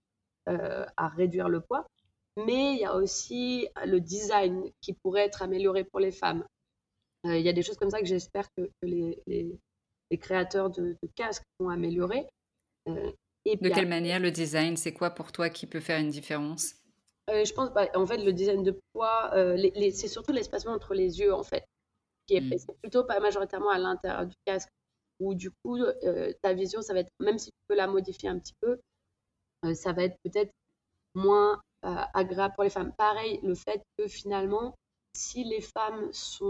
Speaker 7: à réduire le poids. Mais il y a aussi le design qui pourrait être amélioré pour les femmes. Il y a des choses comme ça que j'espère que les créateurs de casques vont améliorer. Euh, et
Speaker 1: De
Speaker 7: puis
Speaker 1: quelle
Speaker 7: après,
Speaker 1: manière le design, c'est quoi pour toi qui peut faire une différence?
Speaker 7: je pense, bah, en fait, le design de poids, c'est surtout l'espacement entre les yeux, en fait, qui est fait.
Speaker 1: Mmh.
Speaker 7: C'est plutôt pas majoritairement à l'intérieur du casque, où du coup, ta vision, ça va être, même si tu peux la modifier un petit peu, ça va être peut-être moins agréable pour les femmes. Pareil, le fait que finalement, si les femmes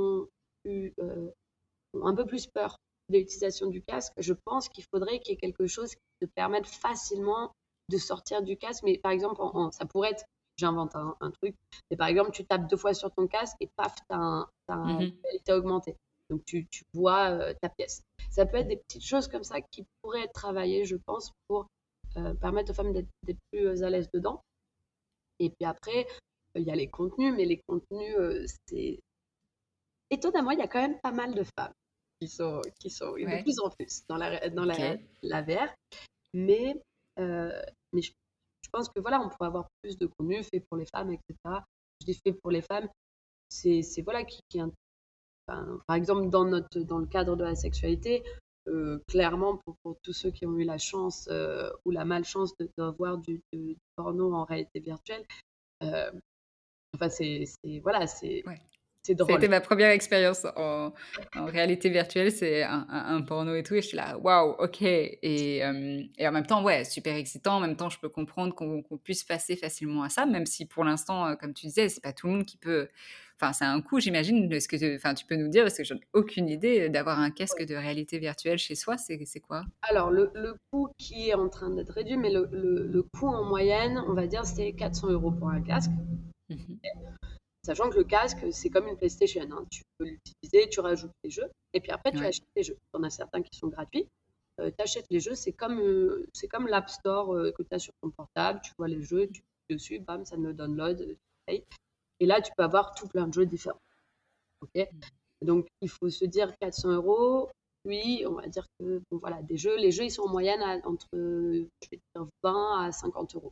Speaker 7: ont un peu plus peur de l'utilisation du casque, je pense qu'il faudrait qu'il y ait quelque chose qui te permette facilement de sortir du casque. Mais par exemple, ça pourrait être, j'invente un truc, mais par exemple, tu tapes 2 fois sur ton casque et paf, tu as une
Speaker 1: Mmh.
Speaker 7: réalité augmentée. Donc tu vois ta pièce. Ça peut être des petites choses comme ça qui pourraient être travaillées, je pense, pour permettre aux femmes d'être plus à l'aise dedans. Et puis après, il y a les contenus, mais les contenus, c'est étonnamment, il y a quand même pas mal de femmes et de
Speaker 1: Ouais.
Speaker 7: plus en plus
Speaker 1: OK.
Speaker 7: la VR. Mais, mais je pense que voilà, on pourrait avoir plus de contenu fait pour les femmes, etc. Je dis fait pour les femmes, c'est voilà, enfin, par exemple, dans le cadre de la sexualité, clairement, pour tous ceux qui ont eu la chance ou la malchance de voir du porno en réalité virtuelle, euh, enfin, voilà,
Speaker 1: Ouais.
Speaker 7: c'est
Speaker 1: Ça a
Speaker 7: drôle.
Speaker 1: été ma première expérience en réalité virtuelle, c'est un porno et tout, et je suis là, waouh, ok. Et en même temps, ouais, super excitant. En même temps, je peux comprendre qu'on puisse passer facilement à ça, même si pour l'instant, comme tu disais, c'est pas tout le monde qui peut. Enfin, c'est un coût, j'imagine. Enfin, tu peux nous dire parce que j'en ai aucune idée d'avoir un casque de réalité virtuelle chez soi. C'est quoi?
Speaker 7: Alors, le coût qui est en train d'être réduit, mais le coût en moyenne, on va dire, c'est 400 € pour un casque.
Speaker 1: Mhm.
Speaker 7: Sachant que le casque, c'est comme une PlayStation, hein. Tu peux l'utiliser, tu rajoutes les jeux, et puis après, tu
Speaker 1: Ouais.
Speaker 7: achètes les jeux. Tu en as certains qui sont gratuits. Tu achètes les jeux, c'est comme l'App Store que tu as sur ton portable. Tu vois les jeux, tu cliques dessus, bam, ça me download, tu payes. Et là, tu peux avoir tout plein de jeux différents. Ok. Donc, il faut se dire 400 €. Oui, on va dire que bon, voilà, les jeux, ils sont en moyenne entre je vais dire 20 à 50 €.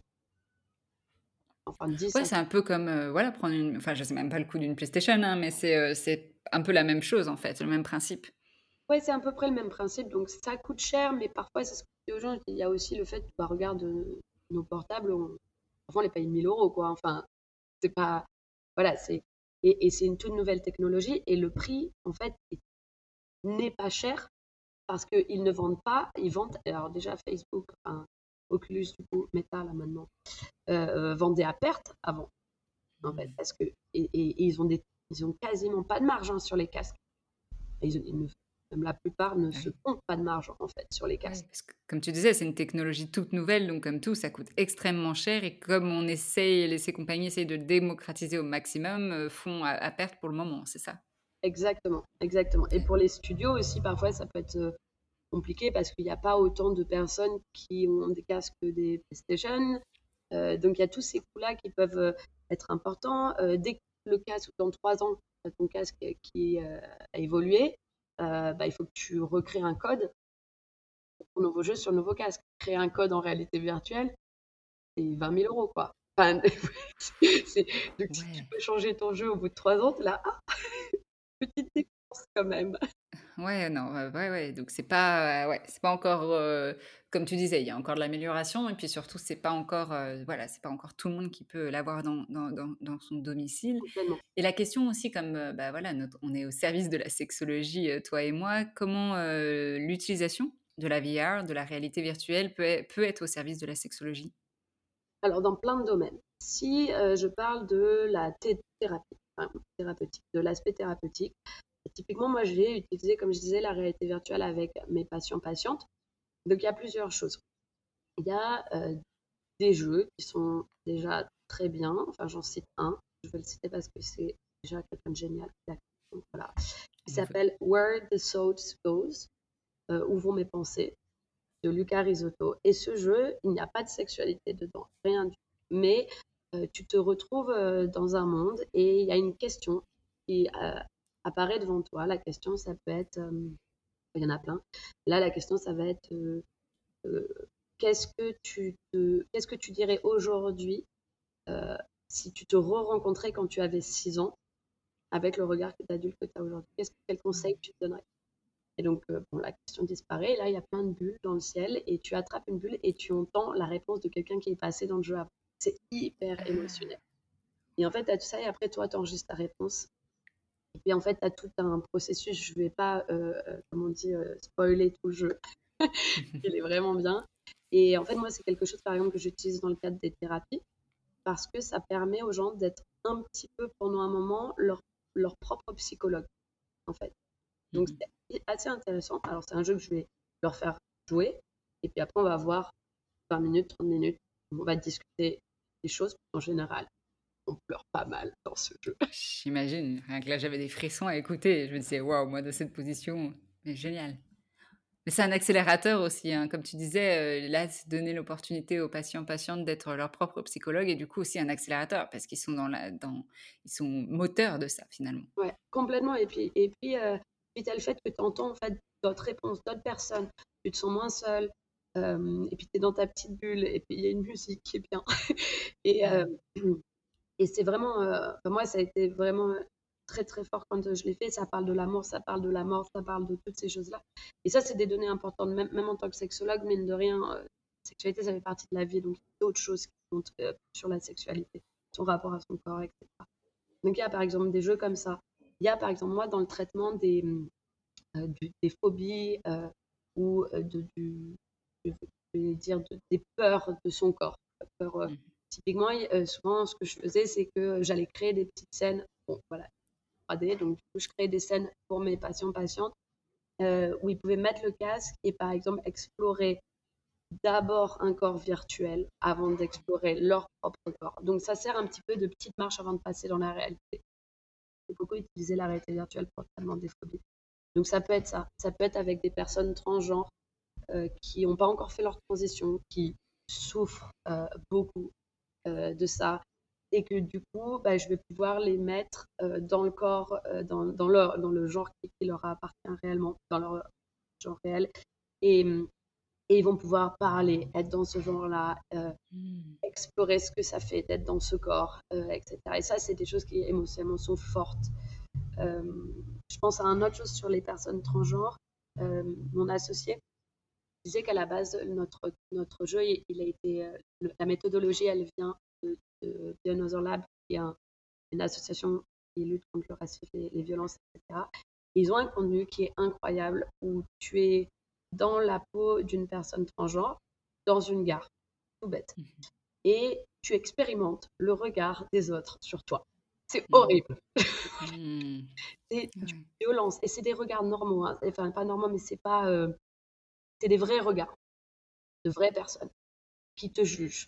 Speaker 7: Enfin, 10
Speaker 1: Ouais,
Speaker 7: à
Speaker 1: c'est un peu comme, voilà, prendre une. Enfin, je sais même pas le coût d'une PlayStation, hein, mais c'est un peu la même chose en fait, le même principe.
Speaker 7: Ouais, c'est à peu près le même principe. Donc, ça coûte cher, mais parfois, c'est ce que je dis aux gens. Il y a aussi le fait, bah, regarde, nos portables, parfois, on les paye 1000 €, quoi. Enfin, c'est pas. Voilà, et c'est une toute nouvelle technologie. Et le prix, en fait, n'est pas cher parce qu'ils ne vendent pas. Ils vendent. Alors, déjà, Facebook, enfin, Oculus, du coup, Meta, là, maintenant, vendait à perte avant, en fait. Parce que. Et ils ont quasiment pas de marge, hein, sur les casques. Même la plupart ne
Speaker 1: Ah
Speaker 7: se
Speaker 1: oui.
Speaker 7: font pas de marge, en fait, sur les
Speaker 1: Ouais,
Speaker 7: casques.
Speaker 1: parce que comme tu disais, c'est une technologie toute nouvelle, donc comme tout, ça coûte extrêmement cher et comme on essaye ces compagnies essayent de le démocratiser au maximum, font à perte pour le moment, c'est ça?
Speaker 7: Exactement, exactement. Et
Speaker 1: OK.
Speaker 7: pour les studios aussi, parfois, ça peut être compliqué parce qu'il n'y a pas autant de personnes qui ont des casques que des PlayStation. Donc, il y a tous ces coûts-là qui peuvent être importants. Dès que le casque, dans 3 ans, ton casque qui a évolué, bah, il faut que tu recrées un code pour ton nouveau jeu sur le nouveau casque. Créer un code en réalité virtuelle, c'est 20 000 €, quoi. Enfin, c'est- donc, si tu
Speaker 1: Ouais.
Speaker 7: peux changer ton jeu au bout de 3 ans, tu es là, ah, petite dépense quand même.
Speaker 1: Ouais, non, ouais, ouais, donc c'est pas encore, comme tu disais, il y a encore de l'amélioration et puis surtout, c'est pas encore, voilà, c'est pas encore tout le monde qui peut l'avoir dans son domicile
Speaker 7: Complètement.
Speaker 1: et la question aussi comme, bah, voilà, on est au service de la sexologie, toi et moi, comment, l'utilisation de la VR, de la réalité virtuelle peut être au service de la sexologie?
Speaker 7: Alors, dans plein de domaines. Si je parle de la thérapie, enfin, thérapeutique, de l'aspect thérapeutique, typiquement, moi, j'ai utilisé, comme je disais, la réalité virtuelle avec mes patients-patientes. Donc, il y a plusieurs choses. Il y a des jeux qui sont déjà très bien. Enfin, j'en cite un. Je vais le citer parce que c'est déjà quelqu'un de génial. Donc, voilà. Il
Speaker 1: On veut.
Speaker 7: s'appelle Where the Thoughts Goes, Où vont mes pensées, de Luca Risotto. Et ce jeu, il n'y a pas de sexualité dedans, rien du tout. Mais tu te retrouves dans un monde et il y a une question qui apparaît devant toi. La question, ça peut être, il y en a plein. Là, la question, ça va être, euh, qu'est-ce que tu dirais aujourd'hui euh, si tu te re-rencontrais quand tu avais 6 ans avec le regard d'adulte que tu as aujourd'hui? Quel conseil tu te donnerais? Et donc, bon, la question disparaît. Et là, il y a plein de bulles dans le ciel. Et tu attrapes une bulle et tu entends la réponse de quelqu'un qui est passé dans le jeu avant. C'est hyper
Speaker 1: Ah!
Speaker 7: émotionnel. Et en fait, tu as tout ça. Et après, toi, tu enregistres ta réponse. Et puis, en fait, tu as tout un processus. Je ne vais pas, comme on dit, spoiler tout le jeu. Il est vraiment bien. Et en fait, moi, c'est quelque chose, par exemple, que j'utilise dans le cadre des thérapies parce que ça permet aux gens d'être un petit peu, pendant un moment, leur propre psychologue, en fait. Donc,
Speaker 1: Mmh.
Speaker 7: c'est assez intéressant. Alors, c'est un jeu que je vais leur faire jouer. Et puis après, on va voir 20 minutes, 30 minutes. On va discuter des choses. En général, on pleure pas mal dans ce jeu.
Speaker 1: J'imagine, rien que là, j'avais des frissons à écouter. Je me disais: «Waouh, moi, dans cette position, mais génial». Mais c'est un accélérateur aussi, hein, comme tu disais, là, c'est donner l'opportunité aux patients, patientes d'être leur propre psychologue et du coup aussi un accélérateur parce qu'ils sont ils sont moteurs de ça, finalement.
Speaker 7: Ouais, complètement. Puis tu as le fait que tu entends en fait, d'autres réponses, d'autres personnes. Tu te sens moins seul. Et puis, tu es dans ta petite bulle. Et puis, il y a une musique qui est bien. Et,
Speaker 1: Mmh.
Speaker 7: et c'est vraiment, enfin, moi, ça a été vraiment très très fort quand je l'ai fait. Ça parle de l'amour, ça parle de la mort, ça parle de toutes ces choses-là. Et ça, c'est des données importantes, même en tant que sexologue, mine de rien, la sexualité, ça fait partie de la vie, donc il y a d'autres choses qui comptent sur la sexualité, son rapport à son corps, etc. Donc il y a par exemple des jeux comme ça. Il y a par exemple, moi, dans le traitement des phobies ou je vais dire des peurs de son corps. Peurs, typiquement, souvent, ce que je faisais, c'est que j'allais créer des petites scènes. Bon, voilà, 3D, donc du coup, je créais des scènes pour mes patientes où ils pouvaient mettre le casque et par exemple explorer d'abord un corps virtuel avant d'explorer leur propre corps. Donc ça sert un petit peu de petite marche avant de passer dans la réalité. J'ai beaucoup utilisé la réalité virtuelle pour le traitement des phobies. Donc ça peut être ça. Ça peut être avec des personnes transgenres qui n'ont pas encore fait leur transition, qui souffrent beaucoup de ça, et que du coup, je vais pouvoir les mettre dans le corps, dans le genre qui leur appartient réellement, dans leur genre réel, et ils vont pouvoir parler, être dans ce genre-là, explorer ce que ça fait d'être dans ce corps, etc. Et ça, c'est des choses qui émotionnellement sont fortes. Je pense à une autre chose sur les personnes transgenres. Mon associé disait qu'à la base, notre jeu, il a été, la méthodologie, elle vient de Another Lab, qui est une association qui lutte contre le racisme, les violences, etc. Et ils ont un contenu qui est incroyable, où tu es dans la peau d'une personne transgenre, dans une gare, tout bête. Et tu expérimentes le regard des autres sur toi. C'est horrible. C'est une violence. Et c'est des regards normaux. Hein. Enfin, pas normaux, mais c'est pas... c'est des vrais regards de vraies personnes qui te jugent.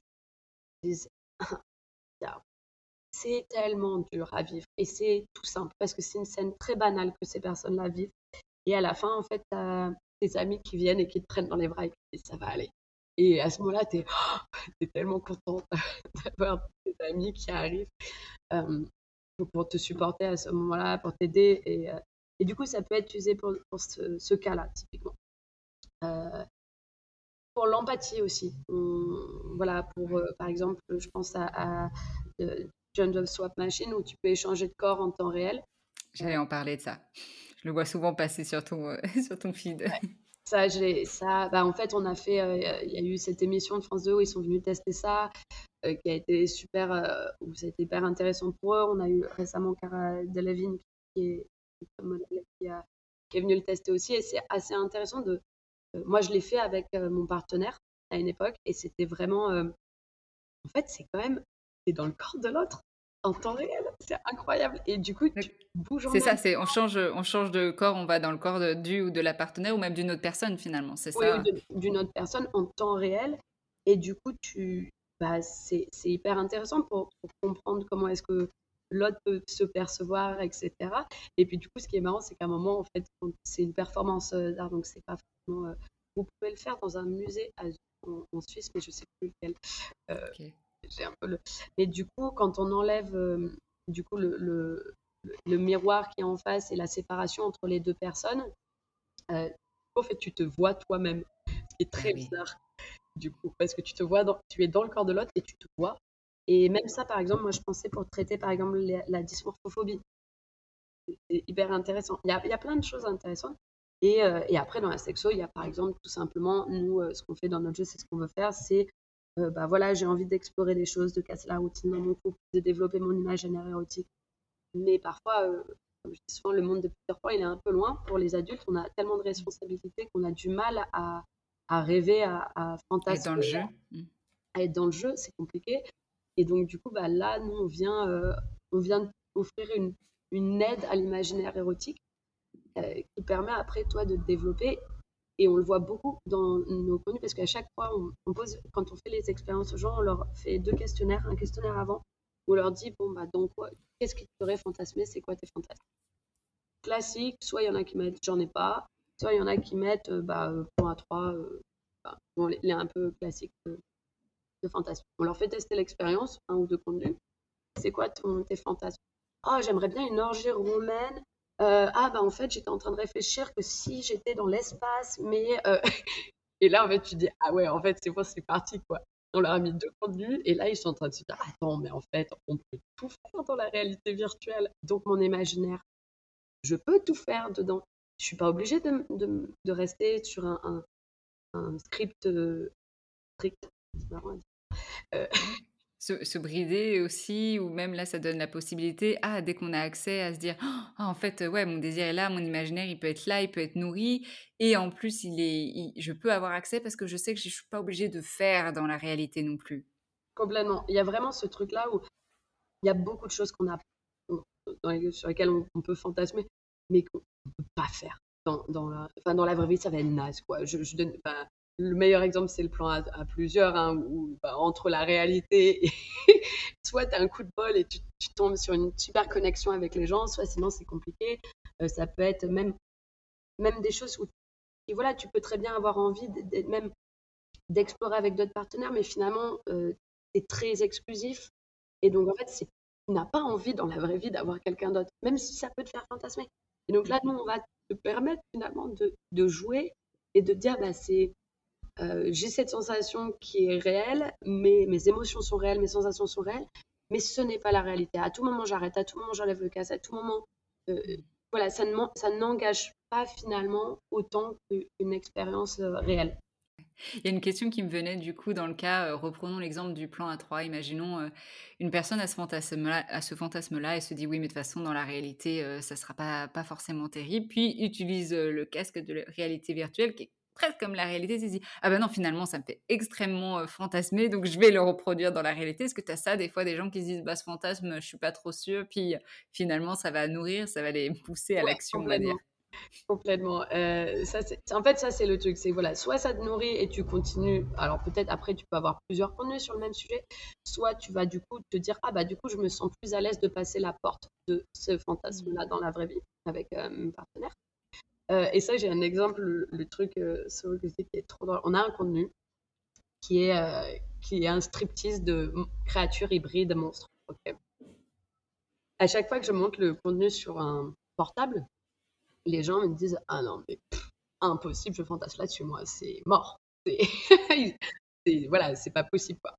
Speaker 7: C'est tellement dur à vivre. Et c'est tout simple, parce que c'est une scène très banale que ces personnes-là vivent. Et à la fin, en fait, t'as tes amis qui viennent et qui te prennent dans les bras et qui te disent ça va aller. Et à ce moment-là, t'es tellement contente d'avoir des amis qui arrivent pour te supporter à ce moment-là, pour t'aider. Et du coup, ça peut être utilisé pour ce cas-là, typiquement. Pour l'empathie aussi. Voilà, par exemple, je pense à Gender Swap Machine, où tu peux échanger de corps en temps réel.
Speaker 1: J'allais en parler de ça. Je le vois souvent passer sur ton feed.
Speaker 7: Ouais. En fait, on a fait, il y a eu cette émission de France 2 où ils sont venus tester ça, qui a été super, où ça a été hyper intéressant pour eux. On a eu récemment Cara Delevingne qui est venue le tester aussi, et c'est assez intéressant moi, je l'ai fait avec mon partenaire à une époque, et c'était vraiment, en fait, c'est quand même, t'es dans le corps de l'autre en temps réel, c'est incroyable. Et du coup, tu bouges en
Speaker 1: C'est
Speaker 7: même.
Speaker 1: ça, on change de corps, on va dans le corps du ou de la partenaire ou même d'une autre personne finalement, c'est ça.
Speaker 7: D'une autre personne en temps réel. Et du coup, c'est hyper intéressant pour comprendre comment est-ce que l'autre peut se percevoir, etc. Et puis du coup, ce qui est marrant, c'est qu'à un moment, en fait, c'est une performance d'art, donc c'est pas forcément... vous pouvez le faire dans un musée en Suisse, mais je sais plus lequel.
Speaker 1: Okay.
Speaker 7: J'ai un peu Mais du coup, quand on enlève du coup le miroir qui est en face et la séparation entre les deux personnes, en fait, tu te vois toi-même, ce qui est très bizarre, du coup, parce que tu es dans le corps de l'autre et tu te vois. Et même ça, par exemple, moi, je pensais pour traiter, par exemple, la dysmorphophobie. C'est hyper intéressant. Il y a plein de choses intéressantes. Et après, dans la sexo, il y a, par exemple, tout simplement, nous, ce qu'on fait dans notre jeu, c'est ce qu'on veut faire, c'est, voilà, j'ai envie d'explorer des choses, de casser la routine dans mon couple, de développer mon imaginaire érotique. Mais parfois, comme je dis souvent, le monde de Peter Pan, il est un peu loin pour les adultes. On a tellement de responsabilités qu'on a du mal à rêver, à fantasmer.
Speaker 1: Être dans le jeu.
Speaker 7: À être dans le jeu, c'est compliqué. Et donc, du coup, là, nous, on vient offrir une aide à l'imaginaire érotique qui permet après, toi, de te développer. Et on le voit beaucoup dans nos contenus, parce qu'à chaque fois, on pose, quand on fait les expériences aux gens, on leur fait 2 questionnaires, un questionnaire avant, où on leur dit, donc quoi, qu'est-ce qui te ferait fantasmer, c'est quoi tes fantasmes classiques? Soit il y en a qui mettent j'en ai pas, soit il y en a qui mettent point à 3, les un peu classiques de fantasmes. On leur fait tester l'expérience, 1 ou 2 contenus. C'est quoi tes fantasmes? Oh, j'aimerais bien une orgie romaine. En fait, j'étais en train de réfléchir que si j'étais dans l'espace, mais... Et là, en fait, tu dis, ah ouais, en fait, c'est bon, c'est parti, quoi. on leur a mis 2 contenus et là, ils sont en train de se dire: «Attends, mais en fait, on peut tout faire dans la réalité virtuelle. Donc mon imaginaire, je peux tout faire dedans. Je suis pas obligée de rester sur un script, strict». C'est marrant à dire. Heu,
Speaker 1: Se brider aussi ou même là, ça donne la possibilité, dès qu'on a accès à se dire: «Ah en fait, ouais, mon désir est là, mon imaginaire, il peut être là, il peut être nourri et en plus je peux avoir accès parce que je sais que je suis pas obligée de faire dans la réalité non plus».
Speaker 7: Complètement. Il y a vraiment ce truc-là où il y a beaucoup de choses sur lesquelles on peut fantasmer, mais qu'on ne peut pas faire. Dans la vraie vie, ça va être naze, quoi. Je donne, le meilleur exemple, c'est le plan à plusieurs, hein, où entre la réalité et soit tu as un coup de bol et tu tombes sur une super connexion avec les gens, soit sinon c'est compliqué. Ça peut être même des choses où et voilà, tu peux très bien avoir envie même d'explorer avec d'autres partenaires, mais finalement, c'est très exclusif. Et donc, en fait, tu n'as pas envie dans la vraie vie d'avoir quelqu'un d'autre, même si ça peut te faire fantasmer. Et donc là, nous, on va te permettre finalement de jouer et de dire, j'ai cette sensation qui est réelle, mes émotions sont réelles, mes sensations sont réelles, mais ce n'est pas la réalité. À tout moment, j'arrête, à tout moment, j'enlève le casque, à tout moment, voilà, ça n'engage pas finalement autant qu'une expérience réelle.
Speaker 1: Il y a une question qui me venait du coup dans le cas, reprenons l'exemple du plan A3. Imaginons, une personne a ce fantasme-là et se dit: «Oui, mais de toute façon dans la réalité, ça sera pas forcément terrible». Puis utilise, le casque de la réalité virtuelle qui est presque comme la réalité, se dit: «Ah bah non, finalement ça me fait extrêmement, fantasmer, donc je vais le reproduire dans la réalité». Est-ce que tu as ça des fois, des gens qui se disent: «Bah ce fantasme, je suis pas trop sûr», puis finalement ça va nourrir, ça va les pousser à
Speaker 7: Ouais,
Speaker 1: l'action, on va dire?
Speaker 7: complètement. Complètement. Ça, en fait, ça, c'est le truc. C'est voilà, soit ça te nourrit et tu continues. Alors peut-être après, tu peux avoir plusieurs contenus sur le même sujet. Soit tu vas du coup te dire, du coup, je me sens plus à l'aise de passer la porte de ce fantasme-là dans la vraie vie avec mon partenaire. Et ça, j'ai un exemple, le truc sur le qui est trop drôle. On a un contenu qui est un striptease de créatures hybrides monstres. Ok. À chaque fois que je monte le contenu sur un portable, les gens me disent: «Ah non, mais impossible, je fantasme là-dessus, moi, c'est mort». C'est voilà, c'est pas possible, quoi.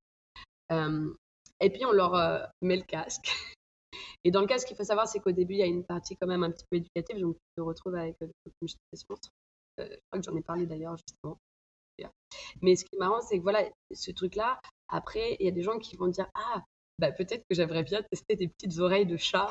Speaker 7: Et puis on leur met le casque. Et dans le casque, ce qu'il faut savoir, c'est qu'au début, il y a une partie quand même un petit peu éducative, donc tu te retrouves avec le contenu chez monstre. Je crois que j'en ai parlé d'ailleurs justement. Mais ce qui est marrant, c'est que voilà, ce truc-là, après, il y a des gens qui vont dire: «Ah, peut-être que j'aimerais bien tester des petites oreilles de chat».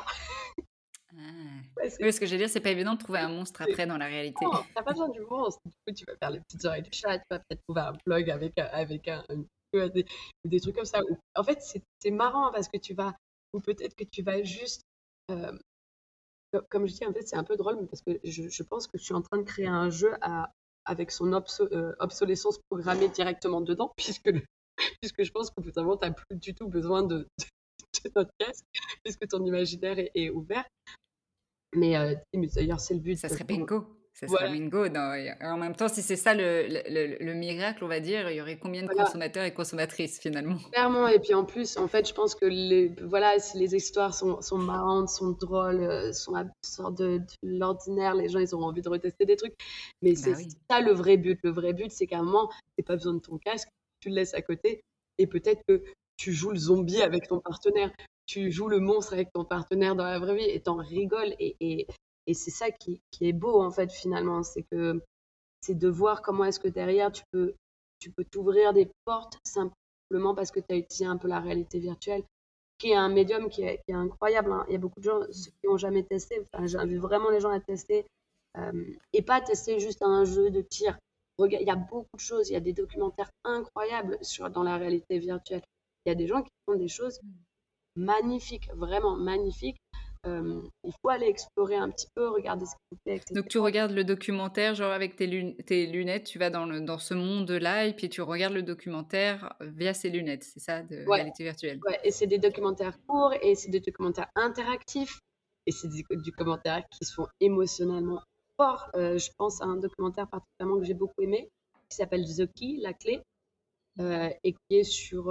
Speaker 1: Ah!
Speaker 7: Ouais,
Speaker 1: Oui, ce que j'allais dire, c'est pas évident de trouver un monstre
Speaker 7: c'est
Speaker 1: après dans la réalité.
Speaker 7: non, tu pas besoin du monstre. Du coup, tu vas faire les petites oreilles de chat, tu vas peut-être trouver un plug avec des trucs comme ça. En fait, c'est marrant parce que ou peut-être que tu vas juste, euh, comme je dis, en fait, c'est un peu drôle, mais parce que je pense que je suis en train de créer un jeu avec son obsolescence programmée directement dedans, puisque je pense que finalement, tu n'as plus du tout besoin de notre casque, puisque ton imaginaire est ouvert. Mais d'ailleurs, c'est le but.
Speaker 1: Ça serait bingo, ça serait
Speaker 7: Voilà.
Speaker 1: bingo dans et en même temps, si c'est ça le miracle, on va dire, il y aurait combien de
Speaker 7: Voilà.
Speaker 1: consommateurs et consommatrices finalement?
Speaker 7: Clairement, et puis en plus, en fait, je pense que voilà, si les histoires sont marrantes, sont drôles, sortent de l'ordinaire, les gens, ils auront envie de retester des trucs. Mais c'est
Speaker 1: Bah oui.
Speaker 7: ça le vrai but. Le vrai but, c'est qu'à un moment, tu pas besoin de ton casque, tu le laisses à côté, et peut-être que tu joues le zombie avec ton partenaire, tu joues le monstre avec ton partenaire dans la vraie vie, et t'en rigoles. Et c'est ça qui est beau, en fait, finalement. C'est de voir comment est-ce que derrière, tu peux t'ouvrir des portes simplement parce que tu as utilisé un peu la réalité virtuelle, qui est un médium qui est incroyable, hein. Il y a beaucoup de gens, ceux qui n'ont jamais testé, enfin, j'invite vraiment les gens à tester, et pas tester juste un jeu de tir. Il y a beaucoup de choses, il y a des documentaires incroyables dans la réalité virtuelle. Il y a des gens qui font des choses magnifiques, vraiment magnifiques. Il faut aller explorer un petit peu, regarder ce qui vous plaît, etc.
Speaker 1: Donc tu regardes le documentaire, genre avec tes lunettes, tu vas dans ce monde-là et puis tu regardes le documentaire via ces lunettes, c'est ça, de
Speaker 7: Ouais,
Speaker 1: réalité virtuelle?
Speaker 7: ouais, et c'est des documentaires courts et c'est des documentaires interactifs et c'est des documentaires qui sont émotionnellement forts. Je pense à un documentaire particulièrement que j'ai beaucoup aimé qui s'appelle The Key, la clé, et qui est sur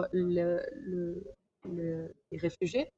Speaker 7: les réfugiés,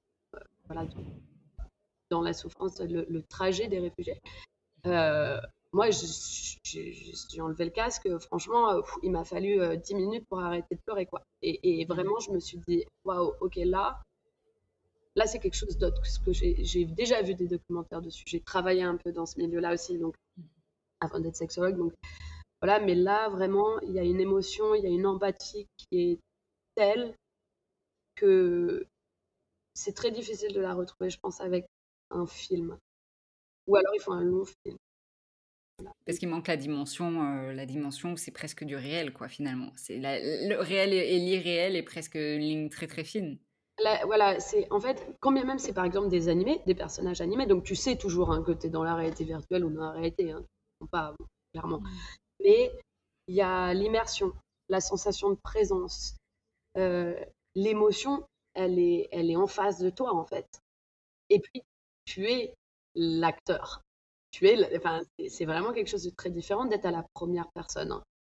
Speaker 7: voilà, dans la souffrance, le trajet des réfugiés. moi, j'ai enlevé le casque. Franchement, il m'a fallu 10 minutes pour arrêter de pleurer, quoi. Et vraiment, je me suis dit, waouh, ok, là, c'est quelque chose d'autre. Parce que j'ai déjà vu des documentaires dessus. J'ai travaillé un peu dans ce milieu-là aussi, donc, avant d'être sexologue. Donc, voilà, mais là, vraiment, il y a une émotion, il y a une empathie qui est telle que c'est très difficile de la retrouver, je pense, avec un film. Ou alors, il faut un long film.
Speaker 1: Parce qu'il manque la dimension où c'est presque du réel, quoi, finalement. Le réel et l'irréel est presque une ligne très très fine.
Speaker 7: Voilà, c'est en fait, quand bien même c'est par exemple des animés, des personnages animés, donc tu sais toujours hein, que tu es dans la réalité virtuelle ou dans la réalité, hein, pas clairement. Mais il y a l'immersion, la sensation de présence, euh, l'émotion, elle est en face de toi en fait. Et puis tu es l'acteur. Enfin, c'est vraiment quelque chose de très différent d'être à la première personne. Hein.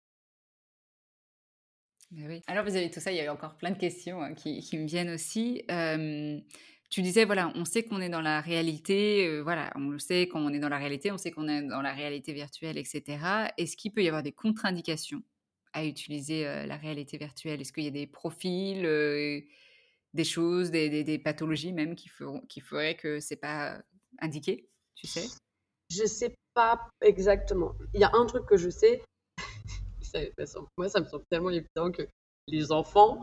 Speaker 1: Mais oui. Alors vis-à-vis de tout ça, il y a encore plein de questions qui me viennent aussi. Tu disais, voilà, on sait qu'on est dans la réalité, voilà, on le sait quand on est dans la réalité, on sait qu'on est dans la réalité virtuelle, etc. Est-ce qu'il peut y avoir des contre-indications à utiliser la réalité virtuelle? Est-ce qu'il y a des profils, des choses, des pathologies même qui feraient que c'est pas indiqué, tu sais?
Speaker 7: Je sais pas exactement. Il y a un truc que je sais, moi ça me semble tellement évident que les enfants,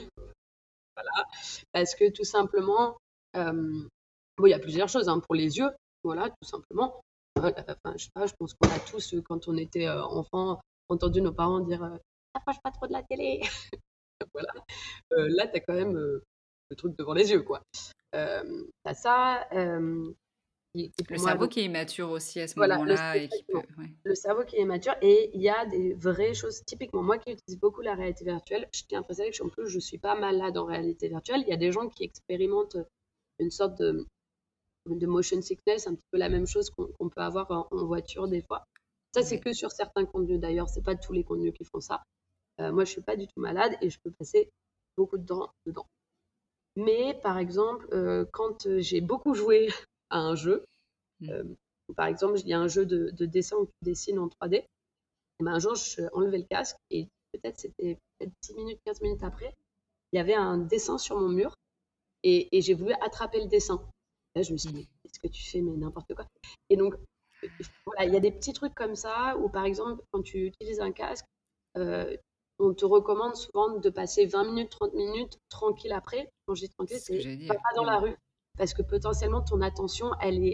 Speaker 7: parce que tout simplement, bon, il y a plusieurs choses hein, pour les yeux, voilà, tout simplement. Enfin, je sais pas, je pense qu'on a tous, quand on était enfant, entendu nos parents dire t'approches pas trop de la télé. Voilà. Là, t'as quand même le truc devant les yeux, quoi. T'as ça, qui
Speaker 1: Le
Speaker 7: pour moi,
Speaker 1: cerveau qui est immature aussi à ce
Speaker 7: voilà,
Speaker 1: moment-là et qui peut...
Speaker 7: exactement.
Speaker 1: Ouais.
Speaker 7: Le cerveau qui est immature et il y a des vraies choses. Typiquement, moi qui utilise beaucoup la réalité virtuelle, je tiens à préciser que en plus, je suis pas malade en réalité virtuelle. Il y a des gens qui expérimentent une sorte de motion sickness, un petit peu la même chose qu'on peut avoir en voiture des fois. Ça, c'est que sur certains contenus d'ailleurs, c'est pas tous les contenus qui font ça. Moi, je suis pas du tout malade et je peux passer beaucoup de temps dedans. Mais par exemple, quand j'ai beaucoup joué à un jeu, euh, par exemple, il y a un jeu de dessin où tu dessines en 3D, et ben un jour, je enlevais le casque et c'était 10 minutes, 15 minutes après, il y avait un dessin sur mon mur et j'ai voulu attraper le dessin. Là, je me suis dit, mais qu'est-ce que tu fais, mais n'importe quoi. Et donc, voilà, il y a des petits trucs comme ça où, par exemple, quand tu utilises un casque, euh, on te recommande souvent de passer 20 minutes, 30 minutes tranquille après. Quand je dis tranquille,
Speaker 1: C'est ce que
Speaker 7: c'est
Speaker 1: j'allais dire.
Speaker 7: pas dans la rue. Parce que potentiellement, ton attention,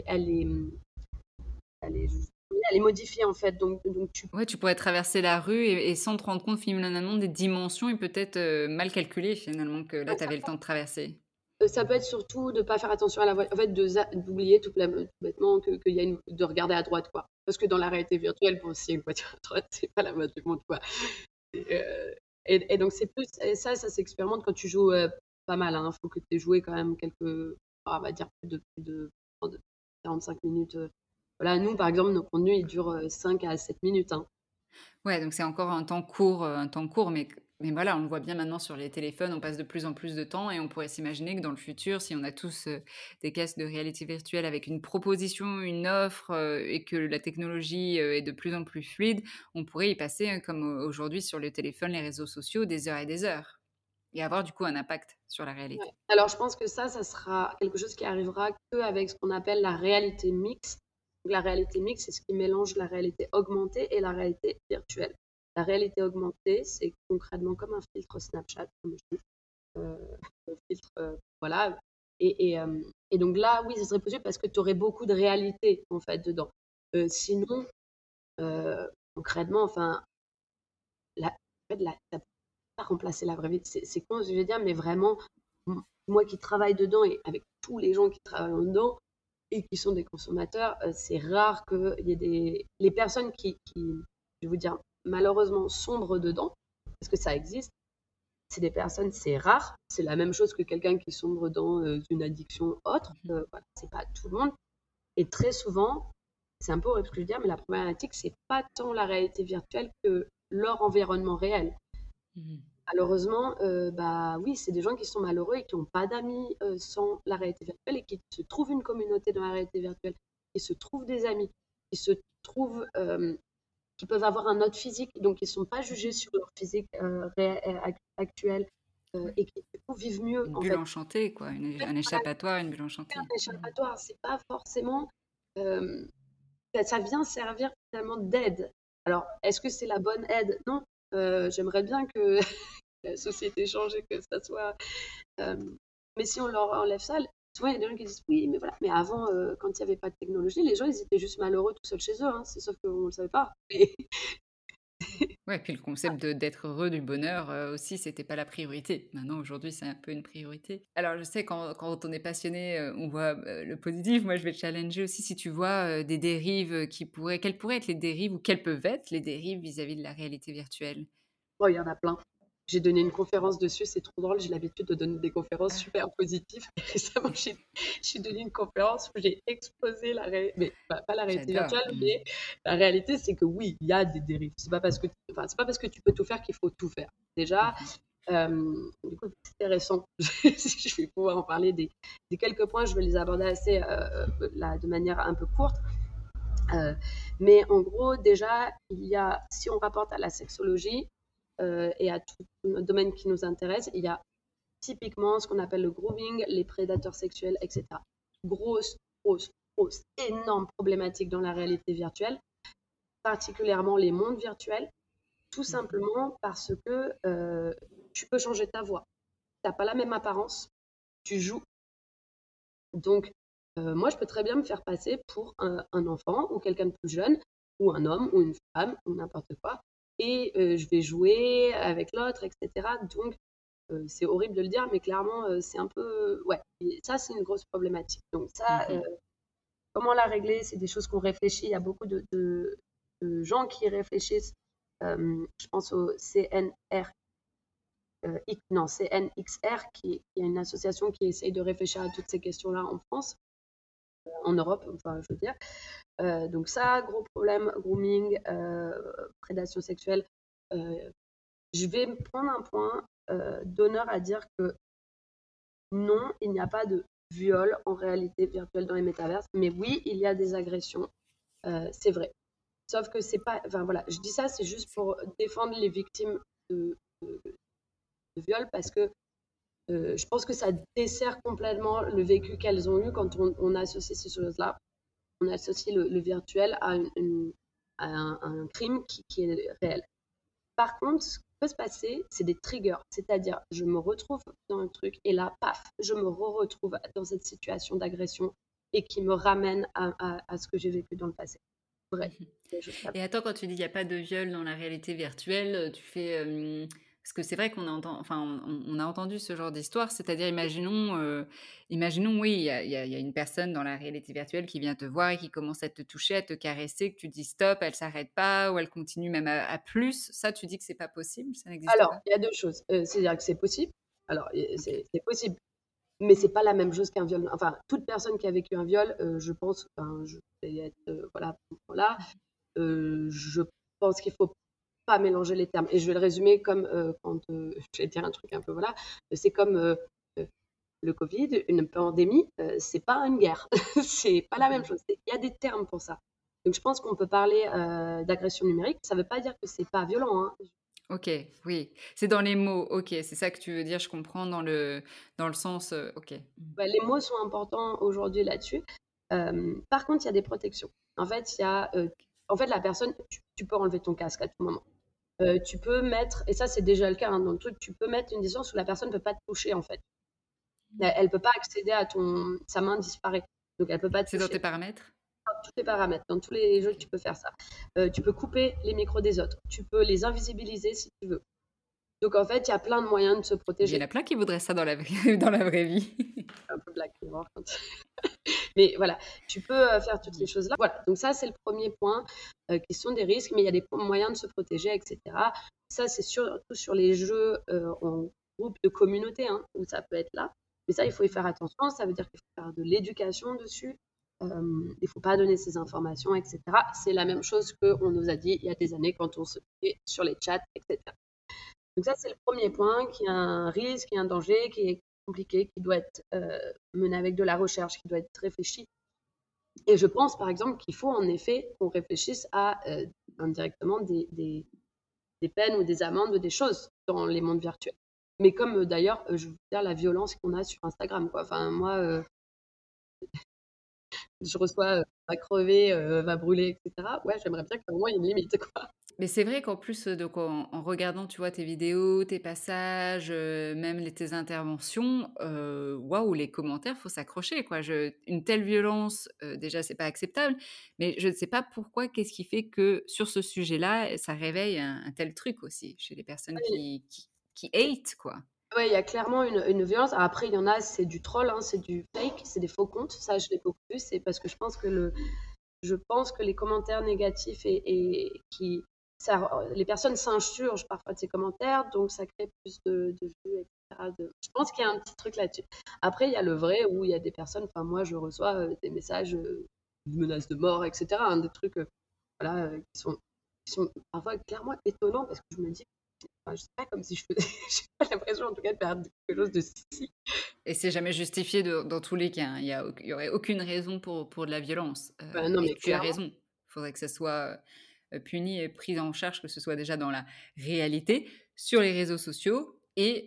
Speaker 7: elle est modifiée en fait. Donc
Speaker 1: Ouais, tu pourrais traverser la rue et sans te rendre compte finalement des dimensions et peut-être mal calculer finalement que là, tu avais le temps de traverser.
Speaker 7: ça peut être surtout de ne pas faire attention à la voiture. En fait, d'oublier tout bêtement qu'il y a de regarder à droite. Quoi. Parce que dans la réalité virtuelle, bon, s'il y a une voiture à droite, c'est pas la moitié du monde. Quoi. Et donc, c'est plus. Et ça s'expérimente quand tu joues pas mal. Il faut que tu aies joué quand même on va dire plus de 45 minutes. Voilà, nous, par exemple, nos contenus, ils durent 5 à 7 minutes. Hein.
Speaker 1: Ouais, donc c'est encore un temps court, mais voilà, on le voit bien maintenant sur les téléphones, on passe de plus en plus de temps et on pourrait s'imaginer que dans le futur, si on a tous des casques de réalité virtuelle avec une proposition, une offre et que la technologie est de plus en plus fluide, on pourrait y passer, comme aujourd'hui sur le téléphone, les réseaux sociaux, des heures et des heures et avoir du coup un impact sur la
Speaker 7: Ouais.
Speaker 1: réalité.
Speaker 7: Alors, je pense que ça sera quelque chose qui arrivera qu'avec ce qu'on appelle la réalité mixte. Donc, la réalité mixte, c'est ce qui mélange la réalité augmentée et la réalité virtuelle. La réalité augmentée, c'est concrètement comme un filtre Snapchat, comme je dis. Un filtre, voilà. Et donc là, oui, ça serait possible parce que tu aurais beaucoup de réalité, en fait, dedans. Sinon, concrètement, enfin, en fait, ça peut pas remplacer la vraie vie. C'est con ce que je veux dire, mais vraiment, moi qui travaille dedans et avec tous les gens qui travaillent dedans et qui sont des consommateurs, c'est rare qu'il y ait les personnes je vais vous dire, malheureusement sombrent dedans, parce que ça existe. C'est des personnes, c'est rare. C'est la même chose que quelqu'un qui sombre dans une addiction autre. Voilà, c'est pas tout le monde. Et très souvent, c'est un peu horrible ce que je veux dire, mais la problématique, c'est pas tant la réalité virtuelle que leur environnement réel. Malheureusement, bah oui, c'est des gens qui sont malheureux et qui n'ont pas d'amis sans la réalité virtuelle et qui se trouvent une communauté dans la réalité virtuelle, qui se trouvent des amis. qui se trouvent, qui peuvent avoir un autre physique, donc ils ne sont pas jugés sur leur physique actuel et qui du coup vivent mieux
Speaker 1: Une
Speaker 7: en
Speaker 1: bulle
Speaker 7: fait.
Speaker 1: enchantée, quoi. Un échappatoire, une bulle enchantée.
Speaker 7: Un échappatoire, c'est pas forcément, ça vient servir finalement d'aide. Alors, est-ce que c'est la bonne aide? Non. J'aimerais bien que la société change et que ça soit. Mais si on leur enlève ça, souvent il y a des gens qui disent oui, mais voilà. Mais avant, quand il n'y avait pas de technologie, les gens ils étaient juste malheureux tout seuls chez eux. Hein. C'est sauf qu'on ne le savait pas.
Speaker 1: Ouais, puis le concept d'être heureux, du bonheur aussi, c'était pas la priorité. Maintenant, aujourd'hui, c'est un peu une priorité. Alors, je sais, quand on est passionné, on voit le positif. Moi, je vais te challenger aussi si tu vois des dérives quelles pourraient être les dérives ou quelles peuvent être les dérives vis-à-vis de la réalité virtuelle.
Speaker 7: Oh, il y en a plein. J'ai donné une conférence dessus, c'est trop drôle. J'ai l'habitude de donner des conférences super positives. Et récemment, j'ai donné une conférence où j'ai exposé la réalité, mais pas la réalité
Speaker 1: J'adore.
Speaker 7: virtuelle, mais la réalité, c'est que oui, il y a des dérives. C'est pas parce que tu peux tout faire qu'il faut tout faire. Déjà, du coup, c'est intéressant. Je vais pouvoir en parler des quelques points. Je vais les aborder assez de manière un peu courte. Mais en gros, déjà, si on rapporte à la sexologie et à tout le domaine qui nous intéresse, il y a typiquement ce qu'on appelle le grooming, les prédateurs sexuels, etc. Grosse, énorme problématique dans la réalité virtuelle, particulièrement les mondes virtuels, tout simplement parce que tu peux changer ta voix. Tu n'as pas la même apparence, tu joues. Donc, moi, je peux très bien me faire passer pour un enfant ou quelqu'un de plus jeune, ou un homme ou une femme, ou n'importe quoi, et je vais jouer avec l'autre, etc. Donc, c'est horrible de le dire, mais clairement, c'est un peu... Ouais, et ça, c'est une grosse problématique. Donc ça, comment la régler? C'est des choses qu'on réfléchit. Il y a beaucoup de gens qui réfléchissent. Je pense au CNXR, qui est une association qui essaye de réfléchir à toutes ces questions-là en France, en Europe, enfin, je veux dire. Donc ça, gros problème, grooming, prédation sexuelle. Je vais me prendre un point d'honneur à dire que non, il n'y a pas de viol en réalité virtuelle dans les métaverses, mais oui, il y a des agressions, c'est vrai. Sauf que c'est pas... Enfin voilà, je dis ça, c'est juste pour défendre les victimes de viol, parce que je pense que ça dessert complètement le vécu qu'elles ont eu quand on associe ces choses-là. On associe le virtuel à un crime qui est réel. Par contre, ce qui peut se passer, c'est des triggers. C'est-à-dire, je me retrouve dans un truc et là, paf, je me retrouve dans cette situation d'agression et qui me ramène à ce que j'ai vécu dans le passé. Vrai.
Speaker 1: Et attends, quand tu dis qu'il n'y a pas de viol dans la réalité virtuelle, tu fais... parce que c'est vrai qu'on on a entendu ce genre d'histoire, c'est-à-dire, imaginons, oui, il y a une personne dans la réalité virtuelle qui vient te voir et qui commence à te toucher, à te caresser, que tu dis stop, elle s'arrête pas, ou elle continue même à plus. Ça, tu dis que c'est pas possible, ça n'existe
Speaker 7: Alors,
Speaker 1: pas?
Speaker 7: il y a deux choses. C'est-à-dire que c'est possible. Alors, c'est possible, mais c'est pas la même chose qu'un viol. Enfin, toute personne qui a vécu un viol, je pense, je vais être, voilà, je pense qu'il faut pas mélanger les termes. Et je vais le résumer comme quand je vais dire un truc un peu voilà, c'est comme le Covid, une pandémie, c'est pas une guerre, c'est pas la même chose. Il y a des termes pour ça. Donc je pense qu'on peut parler d'agression numérique. Ça veut pas dire que c'est pas violent. Hein.
Speaker 1: Ok, oui, c'est dans les mots. Ok, c'est ça que tu veux dire. Je comprends dans le sens. Ok.
Speaker 7: Bah, les mots sont importants aujourd'hui là-dessus. Par contre, il y a des protections. En fait, la personne, tu peux enlever ton casque à tout moment. Tu peux mettre, et ça c'est déjà le cas hein, dans le truc, tu peux mettre une distance où la personne ne peut pas te toucher en fait. Elle ne peut pas accéder à sa main disparaît. Donc elle ne peut pas te
Speaker 1: C'est dans
Speaker 7: toucher.
Speaker 1: tes paramètres?
Speaker 7: Dans tous les paramètres, dans tous les jeux, tu peux faire ça. Tu peux couper les micros des autres. Tu peux les invisibiliser si tu veux. Donc en fait, il y a plein de moyens de se
Speaker 1: Il y
Speaker 7: protéger.
Speaker 1: en a plein qui voudraient ça dans la vraie vie.
Speaker 7: Un peu Black Mirror quand mais voilà, tu peux faire toutes ces choses-là. Voilà, donc ça c'est le premier point, qui sont des risques, mais il y a des moyens de se protéger, etc. Ça c'est surtout sur les jeux en groupe de communauté, hein, où ça peut être là. Mais ça, il faut y faire attention. Ça veut dire qu'il faut faire de l'éducation dessus. Il ne faut pas donner ces informations, etc. C'est la même chose qu'on nous a dit il y a des années quand on se fait sur les chats, etc. Donc ça, c'est le premier point, qui est un risque, qui est un danger, qui est compliqué, qui doit être mené avec de la recherche, qui doit être réfléchi. Et je pense, par exemple, qu'il faut en effet qu'on réfléchisse à indirectement des peines ou des amendes ou des choses dans les mondes virtuels. Mais comme d'ailleurs, je veux dire, la violence qu'on a sur Instagram, quoi. Enfin, moi, je reçois va crever, va brûler, etc. Ouais, j'aimerais bien qu'à un moment, il y ait une limite, quoi.
Speaker 1: Mais c'est vrai qu'en plus, donc en regardant, tu vois, tes vidéos, tes passages, même tes interventions, waouh, les commentaires, faut s'accrocher, quoi. Une telle violence, déjà, c'est pas acceptable, mais je ne sais pas pourquoi, qu'est-ce qui fait que sur ce sujet-là, ça réveille un tel truc aussi chez les personnes
Speaker 7: Ouais,
Speaker 1: qui hate, quoi.
Speaker 7: ouais, il y a clairement une violence. Alors après, il y en a, c'est du troll, hein, c'est du fake, c'est des faux comptes. Ça, je l'ai beaucoup vu. C'est parce que je pense que les commentaires négatifs les personnes s'insurgent parfois de ces commentaires, donc ça crée plus de vues, etc. Je pense qu'il y a un petit truc là-dessus. Après, il y a le vrai où il y a des personnes, enfin moi je reçois des messages de menaces de mort, etc. Hein, des trucs voilà, qui sont parfois clairement étonnants parce que je me dis, enfin, je sais pas, comme si je faisais, j'ai pas l'impression en tout cas de faire quelque chose de si.
Speaker 1: Et c'est jamais justifié dans tous les cas, hein. Il y aurait aucune raison pour de la violence,
Speaker 7: Non
Speaker 1: et
Speaker 7: mais
Speaker 1: tu as
Speaker 7: clairement.
Speaker 1: raison. Il faudrait que ça soit, puni et pris en charge, que ce soit déjà dans la réalité, sur les réseaux sociaux et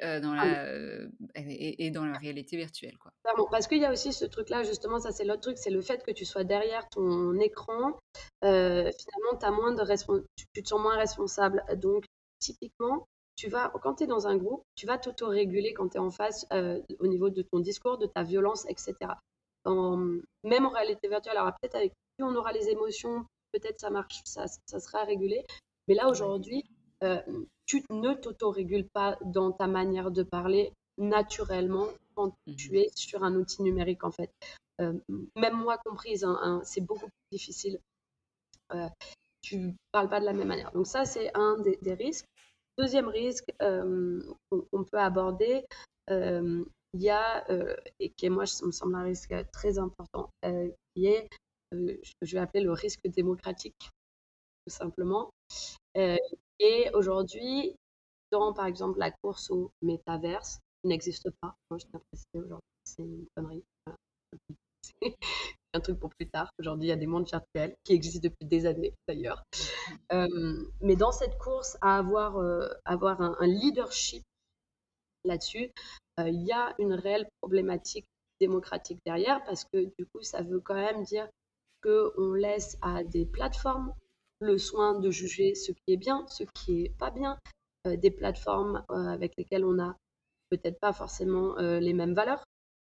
Speaker 1: dans la réalité virtuelle, quoi.
Speaker 7: Clairement, parce qu'il y a aussi ce truc-là, justement, ça c'est l'autre truc, c'est le fait que tu sois derrière ton écran, finalement, tu te sens moins responsable. Donc, typiquement, quand tu es dans un groupe, tu vas t'auto-réguler quand tu es en face au niveau de ton discours, de ta violence, etc. Même en réalité virtuelle, alors peut-être avec plus on aura les émotions, peut-être ça marche, ça sera régulé. Mais là,
Speaker 1: Ouais.
Speaker 7: aujourd'hui, euh, tu ne t'auto-régules pas dans ta manière de parler naturellement quand
Speaker 1: Mmh.
Speaker 7: tu es sur un outil numérique en fait. Euh, Même moi comprise, hein, c'est beaucoup plus difficile. Euh, tu parles pas de la même manière. Donc ça, c'est un des risques. Deuxième risque qu'on peut aborder, il y a, et qui est moi, ça me semble un risque très important, qui est, je vais appeler le risque démocratique, tout simplement. Euh, et aujourd'hui, dans, par exemple, la course au métaverse, qui n'existe pas, moi, je tiens à préciser aujourd'hui, c'est une connerie. Voilà. C'est un truc pour plus tard. Aujourd'hui, il y a des mondes virtuels qui existent depuis des années, d'ailleurs. Mais dans cette course à avoir un leadership là-dessus, il y a une réelle problématique démocratique derrière parce que du coup, ça veut quand même dire qu'on laisse à des plateformes le soin de juger ce qui est bien, ce qui est pas bien, des plateformes avec lesquelles on n'a peut-être pas forcément les mêmes valeurs.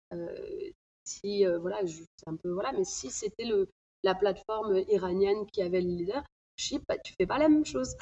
Speaker 7: Si voilà, c'est un peu voilà, mais si c'était la plateforme iranienne qui avait le leadership, bah, tu fais pas la même chose.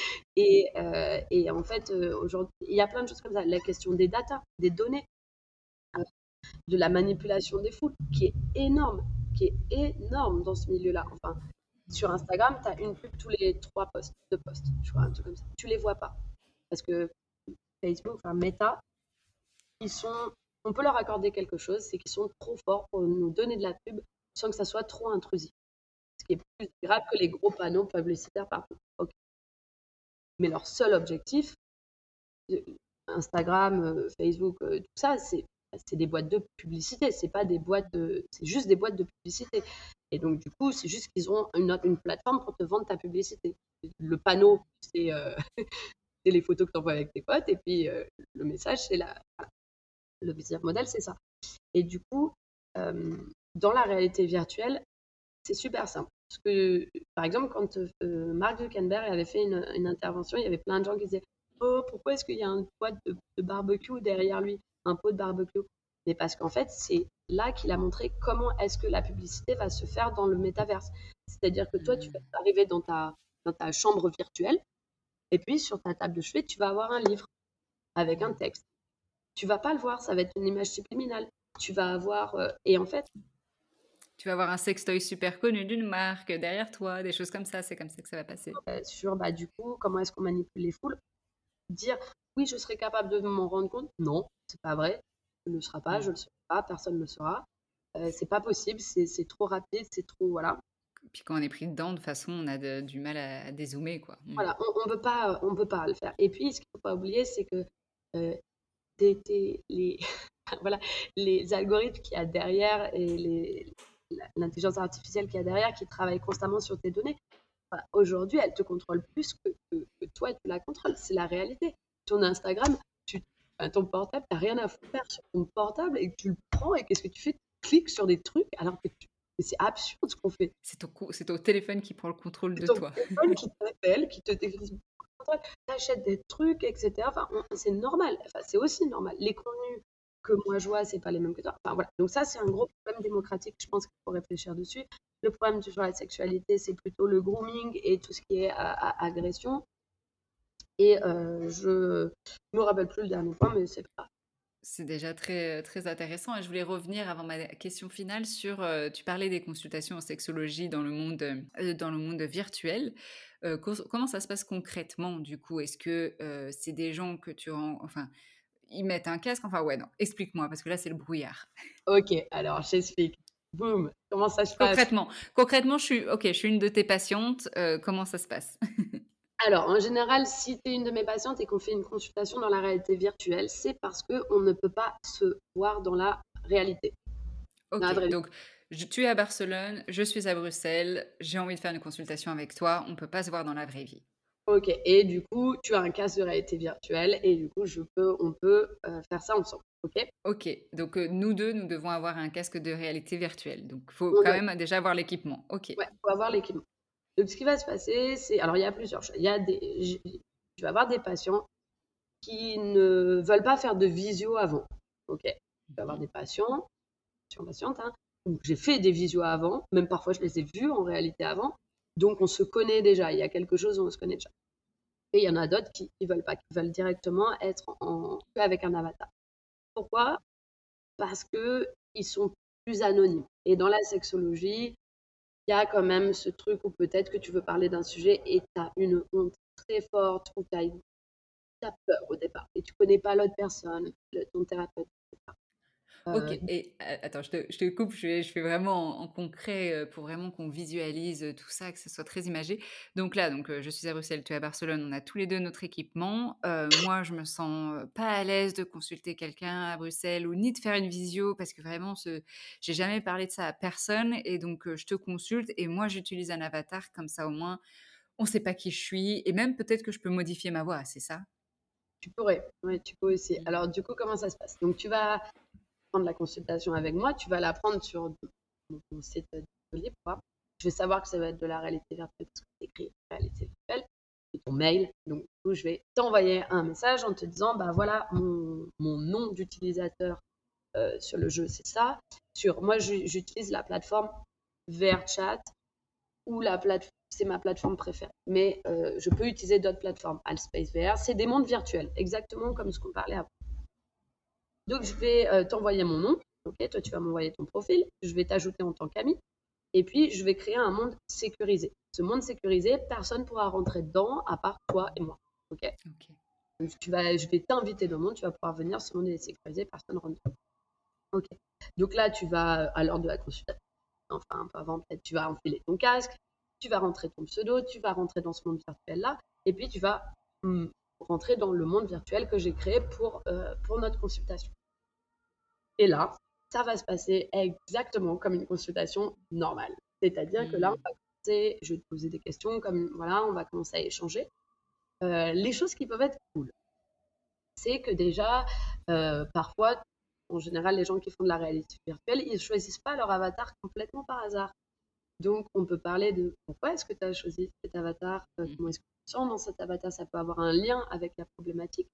Speaker 7: Et en fait, aujourd'hui, il y a plein de choses comme ça. La question des datas, des données, euh, de la manipulation des foules, qui est énorme dans ce milieu-là. Enfin, sur Instagram, tu as une pub tous les deux posts, je crois, un truc comme ça. Tu les vois pas. Parce que Facebook, enfin Meta, on peut leur accorder quelque chose, c'est qu'ils sont trop forts pour nous donner de la pub sans que ça soit trop intrusif. Ce qui est plus grave que les gros panneaux publicitaires partout. Ok. Mais leur seul objectif, Instagram, Facebook, tout ça, c'est des boîtes de publicité, c'est juste des boîtes de publicité. Et donc du coup, c'est juste qu'ils ont une plateforme pour te vendre ta publicité. Le panneau, c'est c'est les photos que tu envoies avec tes potes, et puis le message, voilà, le business model, c'est ça. Et du coup, dans la réalité virtuelle, c'est super simple. Parce que, par exemple, quand Mark Zuckerberg avait fait une intervention, il y avait plein de gens qui disaient oh, pourquoi est-ce qu'il y a une boîte de barbecue derrière lui, un pot de barbecue? Mais parce qu'en fait, c'est là qu'il a montré comment est-ce que la publicité va se faire dans le métaverse. C'est-à-dire que toi, tu vas arriver dans ta chambre virtuelle, et puis sur ta table de chevet, tu vas avoir un livre avec un texte. Tu vas pas le voir, ça va être une image subliminale. Tu vas avoir. Et en fait,
Speaker 1: Tu vas avoir un sextoy super connu d'une marque derrière toi, des choses comme ça, c'est comme ça que ça va passer.
Speaker 7: sur bah, du coup, comment est-ce qu'on manipule les foules, dire oui, je serai capable de m'en rendre compte. Non, c'est pas vrai. Je ne le sera pas, je
Speaker 1: Mmh.
Speaker 7: le serai pas, personne ne le saura. C'est pas possible, c'est trop rapide, c'est trop. Voilà.
Speaker 1: Puis quand on est pris dedans, de toute façon, on a du mal à dézoomer, quoi. Mmh.
Speaker 7: Voilà, on peut pas le faire. Et puis, ce qu'il faut pas oublier, c'est que euh, les, voilà, les algorithmes qu'il y a derrière et l'intelligence artificielle qu'il y a derrière, qui travaille constamment sur tes données. Enfin, aujourd'hui, elle te contrôle plus que toi, tu la contrôles. C'est la réalité. Ton Instagram, ton portable, tu n'as rien à faire sur ton portable et que tu le prends et qu'est-ce que tu fais? Tu cliques sur des trucs alors que mais c'est absurde ce qu'on fait.
Speaker 1: C'est ton téléphone qui prend le contrôle
Speaker 7: C'est
Speaker 1: de
Speaker 7: ton
Speaker 1: toi.
Speaker 7: téléphone qui t'appelle, qui te décrit, t'achètes des trucs, etc. Enfin, c'est normal. Enfin, c'est aussi normal. Les contenus que moi je vois, c'est pas les mêmes que toi. Enfin, voilà. Donc ça, c'est un gros problème démocratique. Je pense qu'il faut réfléchir dessus. Le problème sur la sexualité, c'est plutôt le grooming et tout ce qui est agression. Et je me rappelle plus le dernier point, mais c'est pas grave.
Speaker 1: C'est déjà très, très intéressant et je voulais revenir avant ma question finale sur, tu parlais des consultations en sexologie dans le monde virtuel. Comment ça se passe concrètement du coup? Est-ce que, c'est des gens que enfin, ils mettent un casque? Enfin ouais, non, explique-moi parce que là c'est le brouillard.
Speaker 7: Ok, alors j'explique. Boum, comment ça se passe?
Speaker 1: Concrètement, je suis une de tes patientes, comment ça se passe?
Speaker 7: Alors, en général, si tu es une de mes patientes et qu'on fait une consultation dans la réalité virtuelle, c'est parce qu'on ne peut pas se voir dans la réalité. Dans la vraie
Speaker 1: OK,
Speaker 7: vie.
Speaker 1: donc tu es à Barcelone, je suis à Bruxelles, j'ai envie de faire une consultation avec toi, on peut pas se voir dans la vraie vie.
Speaker 7: Ok, et du coup, tu as un casque de réalité virtuelle et du coup, on peut faire ça ensemble. Ok,
Speaker 1: OK, donc nous devons avoir un casque de réalité virtuelle, donc faut
Speaker 7: on
Speaker 1: quand
Speaker 7: doit,
Speaker 1: même déjà avoir l'équipement. OK.
Speaker 7: ouais, faut avoir l'équipement. Donc, ce qui va se passer, c'est, alors il y a plusieurs choses. Je vais avoir des patients qui ne veulent pas faire de visio avant. Ok, je vais avoir des patientes, hein, où j'ai fait des visios avant, même parfois je les ai vus en réalité avant. Donc on se connaît déjà, il y a quelque chose où on se connaît déjà. Et il y en a d'autres qui ne veulent pas, qui veulent directement être avec un avatar. Pourquoi? Parce qu'ils sont plus anonymes. Et dans la sexologie, il y a quand même ce truc où peut-être que tu veux parler d'un sujet et tu as une honte très forte, ou tu as peur au départ, et tu ne connais pas l'autre personne, ton thérapeute, etc.
Speaker 1: OK et attends, je te coupe, je fais vraiment en concret, pour vraiment qu'on visualise, tout ça, que ce soit très imagé. Donc là, je suis à Bruxelles, tu es à Barcelone, on a tous les 2 notre équipement. Moi, je me sens, pas à l'aise de consulter quelqu'un à Bruxelles ou ni de faire une visio parce que vraiment j'ai jamais parlé de ça à personne et donc je te consulte et moi, j'utilise un avatar comme ça, au moins, on sait pas qui je suis et même peut-être que je peux modifier ma voix, c'est ça?
Speaker 7: Tu pourrais, ouais, tu peux aussi.
Speaker 1: Mmh.
Speaker 7: Alors du coup, comment ça se passe? Donc tu vas prendre la consultation avec moi, tu vas la prendre sur mon site disponible. Je vais savoir que ça va être de la réalité virtuelle parce que c'est écrit réalité virtuelle. Et ton mail. Donc, du coup, je vais t'envoyer un message en te disant, bah voilà, mon nom d'utilisateur sur le jeu, c'est ça. Moi, j'utilise la plateforme VRChat ou c'est ma plateforme préférée. Mais je peux utiliser d'autres plateformes. Altspace VR, c'est des mondes virtuels, exactement comme ce qu'on parlait avant. Donc, je vais t'envoyer mon nom. Ok, toi, tu vas m'envoyer ton profil. Je vais t'ajouter en tant qu'ami. Et puis, je vais créer un monde sécurisé. Ce monde sécurisé, personne ne pourra rentrer dedans à part toi et moi. Ok.
Speaker 1: OK.
Speaker 7: Donc, je vais t'inviter dans le monde. Tu vas pouvoir venir. Ce monde est sécurisé. Personne ne rentre dedans. Ok. Donc là, tu vas, à l'heure de la consultation, enfin, un peu avant, peut-être, tu vas enfiler ton casque. Tu vas rentrer ton pseudo. Tu vas rentrer dans ce monde virtuel-là. Et puis, tu vas rentrer dans le monde virtuel que j'ai créé pour notre consultation. Et là, ça va se passer exactement comme une consultation normale. C'est-à-dire que là, je vais te poser des questions, comme voilà, on va commencer à échanger. Les choses qui peuvent être cool, c'est que déjà, parfois, en général, les gens qui font de la réalité virtuelle, ils ne choisissent pas leur avatar complètement par hasard. Donc, on peut parler de pourquoi est-ce que tu as choisi cet avatar, comment est-ce que tu te sens dans cet avatar, ça peut avoir un lien avec la problématique.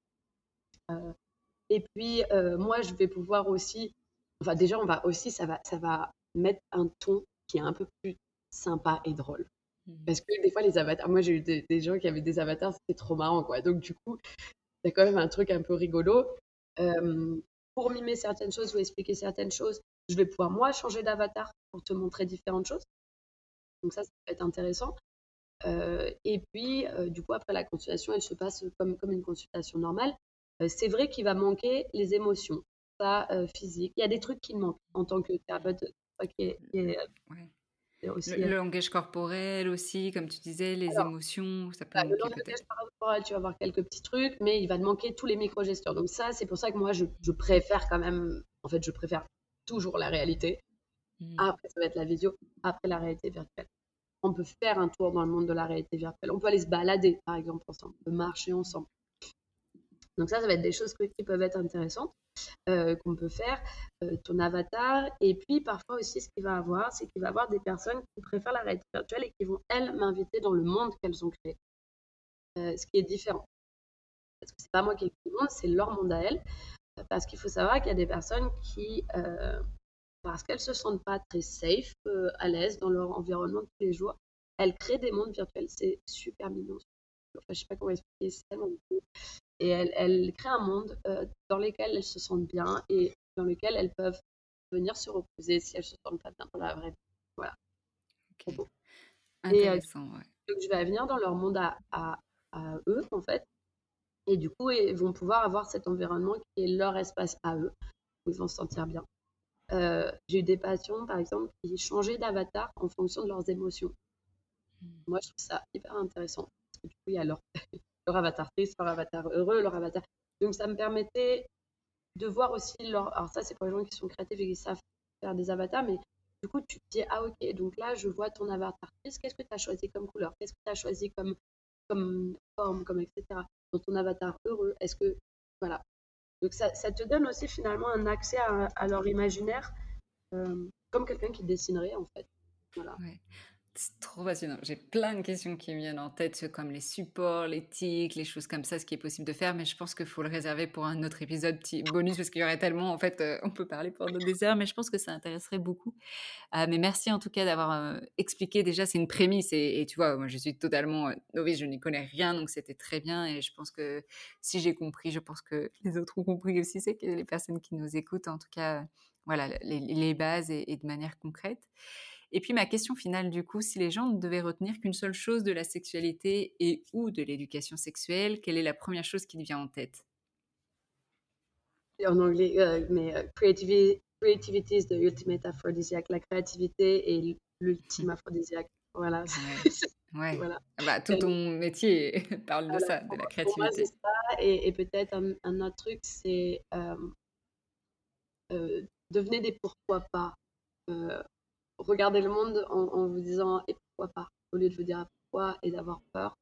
Speaker 7: Et puis, moi, je vais pouvoir aussi, enfin déjà, ça va mettre un ton qui est un peu plus sympa et drôle. Parce que des fois, les avatars, moi, j'ai eu des gens qui avaient des avatars, c'était trop marrant, quoi. Donc, du coup, c'est quand même un truc un peu rigolo. Pour mimer certaines choses ou expliquer certaines choses, je vais pouvoir, moi, changer d'avatar pour te montrer différentes choses. Donc, ça peut être intéressant. Et puis, du coup, après la consultation, elle se passe comme une consultation normale. C'est vrai qu'il va manquer les émotions, ça, physique. Il y a des trucs qui manquent en tant que thérapeute, aussi.
Speaker 1: Le langage corporel aussi, comme tu disais, les
Speaker 7: Alors,
Speaker 1: émotions, ça peut
Speaker 7: le
Speaker 1: manquer
Speaker 7: langage
Speaker 1: peut-être.
Speaker 7: corporel, tu vas avoir quelques petits trucs, mais il va te manquer tous les micro-gestures. Donc ça, c'est pour ça que moi, je préfère quand même, en fait, je préfère toujours la réalité. Après, ça va être la visio. Après, la réalité virtuelle. On peut faire un tour dans le monde de la réalité virtuelle. On peut aller se balader, par exemple, ensemble. On peut marcher ensemble. Donc ça va être des choses qui peuvent être intéressantes, qu'on peut faire, ton avatar. Et puis, parfois aussi, ce qu'il va avoir, c'est qu'il va y avoir des personnes qui préfèrent la réalité virtuelle et qui vont, elles, m'inviter dans le monde qu'elles ont créé. Ce qui est différent. Parce que c'est pas moi qui ai créé le monde, c'est leur monde à elles. Parce qu'il faut savoir qu'il y a des personnes qui, parce qu'elles se sentent pas très safe, à l'aise dans leur environnement de tous les jours, elles créent des mondes virtuels. C'est super mignon. Enfin, je sais pas comment expliquer, c'est tellement beau. Et elles créent un monde dans lequel elles se sentent bien et dans lequel elles peuvent venir se reposer si elles se sentent pas bien dans la vraie vie. Voilà.
Speaker 1: Okay.
Speaker 7: Intéressant, ouais. Donc je vais venir dans leur monde à eux, en fait. Et du coup, ils vont pouvoir avoir cet environnement qui est leur espace à eux, où ils vont se sentir bien. J'ai eu des patients, par exemple, qui changeaient d'avatar en fonction de leurs émotions. Moi, je trouve ça hyper intéressant. Parce que du coup, il y a leur avatar triste, leur avatar heureux, leur avatar... Donc, ça me permettait de voir aussi leur... Alors ça, c'est pour les gens qui sont créatifs et qui savent faire des avatars, mais du coup, tu te dis, ah ok, donc là, je vois ton avatar triste, qu'est-ce que tu as choisi comme couleur? Qu'est-ce que tu as choisi comme forme, comme etc. Dans ton avatar heureux, est-ce que... Voilà. Donc, ça te donne aussi finalement un accès à leur imaginaire, comme quelqu'un qui dessinerait, en fait. Voilà.
Speaker 1: Ouais. C'est trop passionnant. J'ai plein de questions qui me viennent en tête, comme les supports, les tics, les choses comme ça, ce qui est possible de faire, mais je pense qu'il faut le réserver pour un autre épisode, petit bonus, parce qu'il y aurait tellement, en fait, on peut parler pendant des heures, mais je pense que ça intéresserait beaucoup. Mais merci en tout cas d'avoir expliqué. Déjà, c'est une prémisse, et tu vois, moi je suis totalement novice, je n'y connais rien, donc c'était très bien, et je pense que si j'ai compris, je pense que les autres ont compris aussi, c'est que les personnes qui nous écoutent, en tout cas, voilà, les bases et de manière concrète. Et puis ma question finale, du coup, si les gens ne devaient retenir qu'une seule chose de la sexualité et ou de l'éducation sexuelle, quelle est la première chose qui te vient en tête?
Speaker 7: En anglais, creativity is the ultimate aphrodisiac. La créativité est l'ultime aphrodisiaque. Voilà.
Speaker 1: Ouais.
Speaker 7: Voilà.
Speaker 1: Bah, tout ton métier parle de ça, de la créativité.
Speaker 7: Pour moi, c'est ça. Et peut-être un autre truc, c'est devenez des pourquoi pas. Regardez le monde en vous disant et pourquoi pas, au lieu de vous dire pourquoi et d'avoir peur.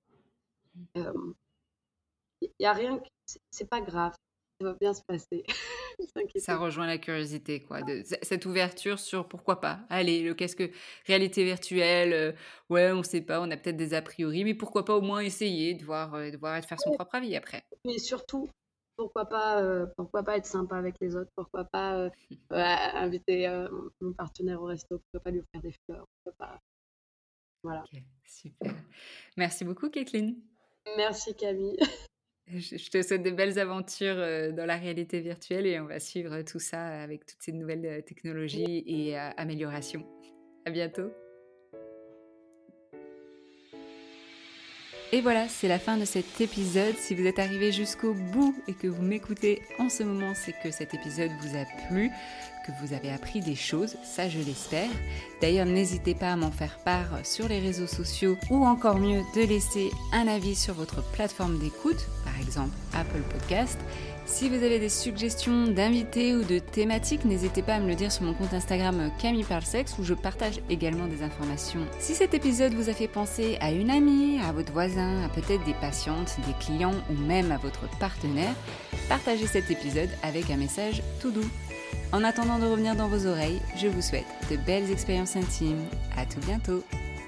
Speaker 7: Il n'y a rien, c'est pas grave, ça va bien se passer.
Speaker 1: Ça rejoint la curiosité, quoi, cette ouverture sur pourquoi pas. Allez, qu'est-ce que réalité virtuelle, ouais, on sait pas, on a peut-être des a priori, mais pourquoi pas au moins essayer de voir et de faire son propre avis après.
Speaker 7: Mais surtout, pourquoi pas être sympa avec les autres, pourquoi pas inviter mon partenaire au resto, pourquoi pas lui offrir des fleurs, pourquoi pas... Voilà.
Speaker 1: Ok, super. Merci beaucoup, Kathleen.
Speaker 7: Merci, Camille.
Speaker 1: Je te souhaite de belles aventures dans la réalité virtuelle, et on va suivre tout ça avec toutes ces nouvelles technologies et améliorations. À bientôt. Et voilà, c'est la fin de cet épisode. Si vous êtes arrivé jusqu'au bout et que vous m'écoutez en ce moment, c'est que cet épisode vous a plu, que vous avez appris des choses, ça je l'espère. D'ailleurs, n'hésitez pas à m'en faire part sur les réseaux sociaux, ou encore mieux, de laisser un avis sur votre plateforme d'écoute, par exemple Apple Podcast. Si vous avez des suggestions d'invités ou de thématiques, n'hésitez pas à me le dire sur mon compte Instagram Camille Parle Sexe, où je partage également des informations. Si cet épisode vous a fait penser à une amie, à votre voisin, à peut-être des patientes, des clients ou même à votre partenaire, partagez cet épisode avec un message tout doux. En attendant de revenir dans vos oreilles, je vous souhaite de belles expériences intimes. À tout bientôt.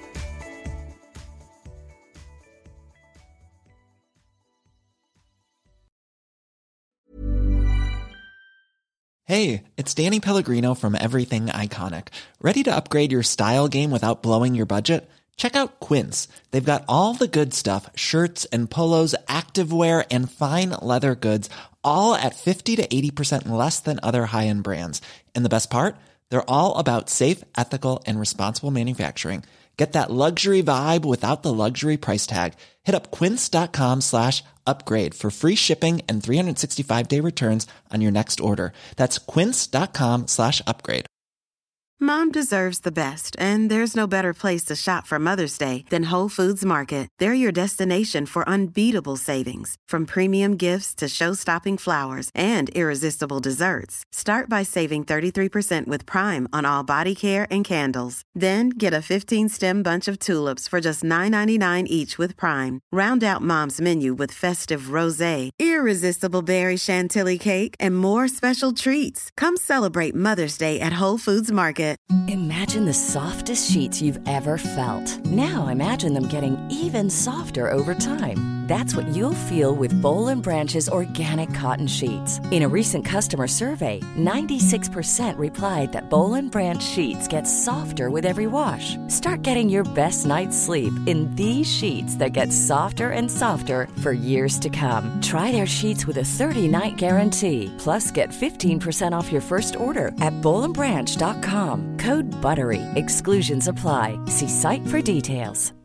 Speaker 8: Hey, it's Danny Pellegrino from Everything Iconic. Ready to upgrade your style game without blowing your budget? Check out Quince. They've got all the good stuff, shirts and polos, activewear, and fine leather goods, all at 50 to 80% less than other high-end brands. And the best part? They're all about safe, ethical, and responsible manufacturing. Get that luxury vibe without the luxury price tag. Hit up quince.com/upgrade for free shipping and 365-day returns on your next order. That's quince.com/upgrade.
Speaker 9: Mom deserves the best, and there's no better place to shop for Mother's Day than Whole Foods Market. They're your destination for unbeatable savings, from premium gifts to show-stopping flowers and irresistible desserts. Start by saving 33% with Prime on all body care and candles. Then get a 15-stem bunch of tulips for just $9.99 each with Prime. Round out Mom's menu with festive rosé, irresistible berry chantilly cake, and more special treats. Come celebrate Mother's Day at Whole Foods Market.
Speaker 10: Imagine the softest sheets you've ever felt. Now imagine them getting even softer over time. That's what you'll feel with Boll & Branch's organic cotton sheets. In a recent customer survey, 96% replied that Boll & Branch sheets get softer with every wash. Start getting your best night's sleep in these sheets that get softer and softer for years to come. Try their sheets with a 30-night guarantee. Plus, get 15% off your first order at bollandbranch.com. Code BUTTERY. Exclusions apply. See site for details.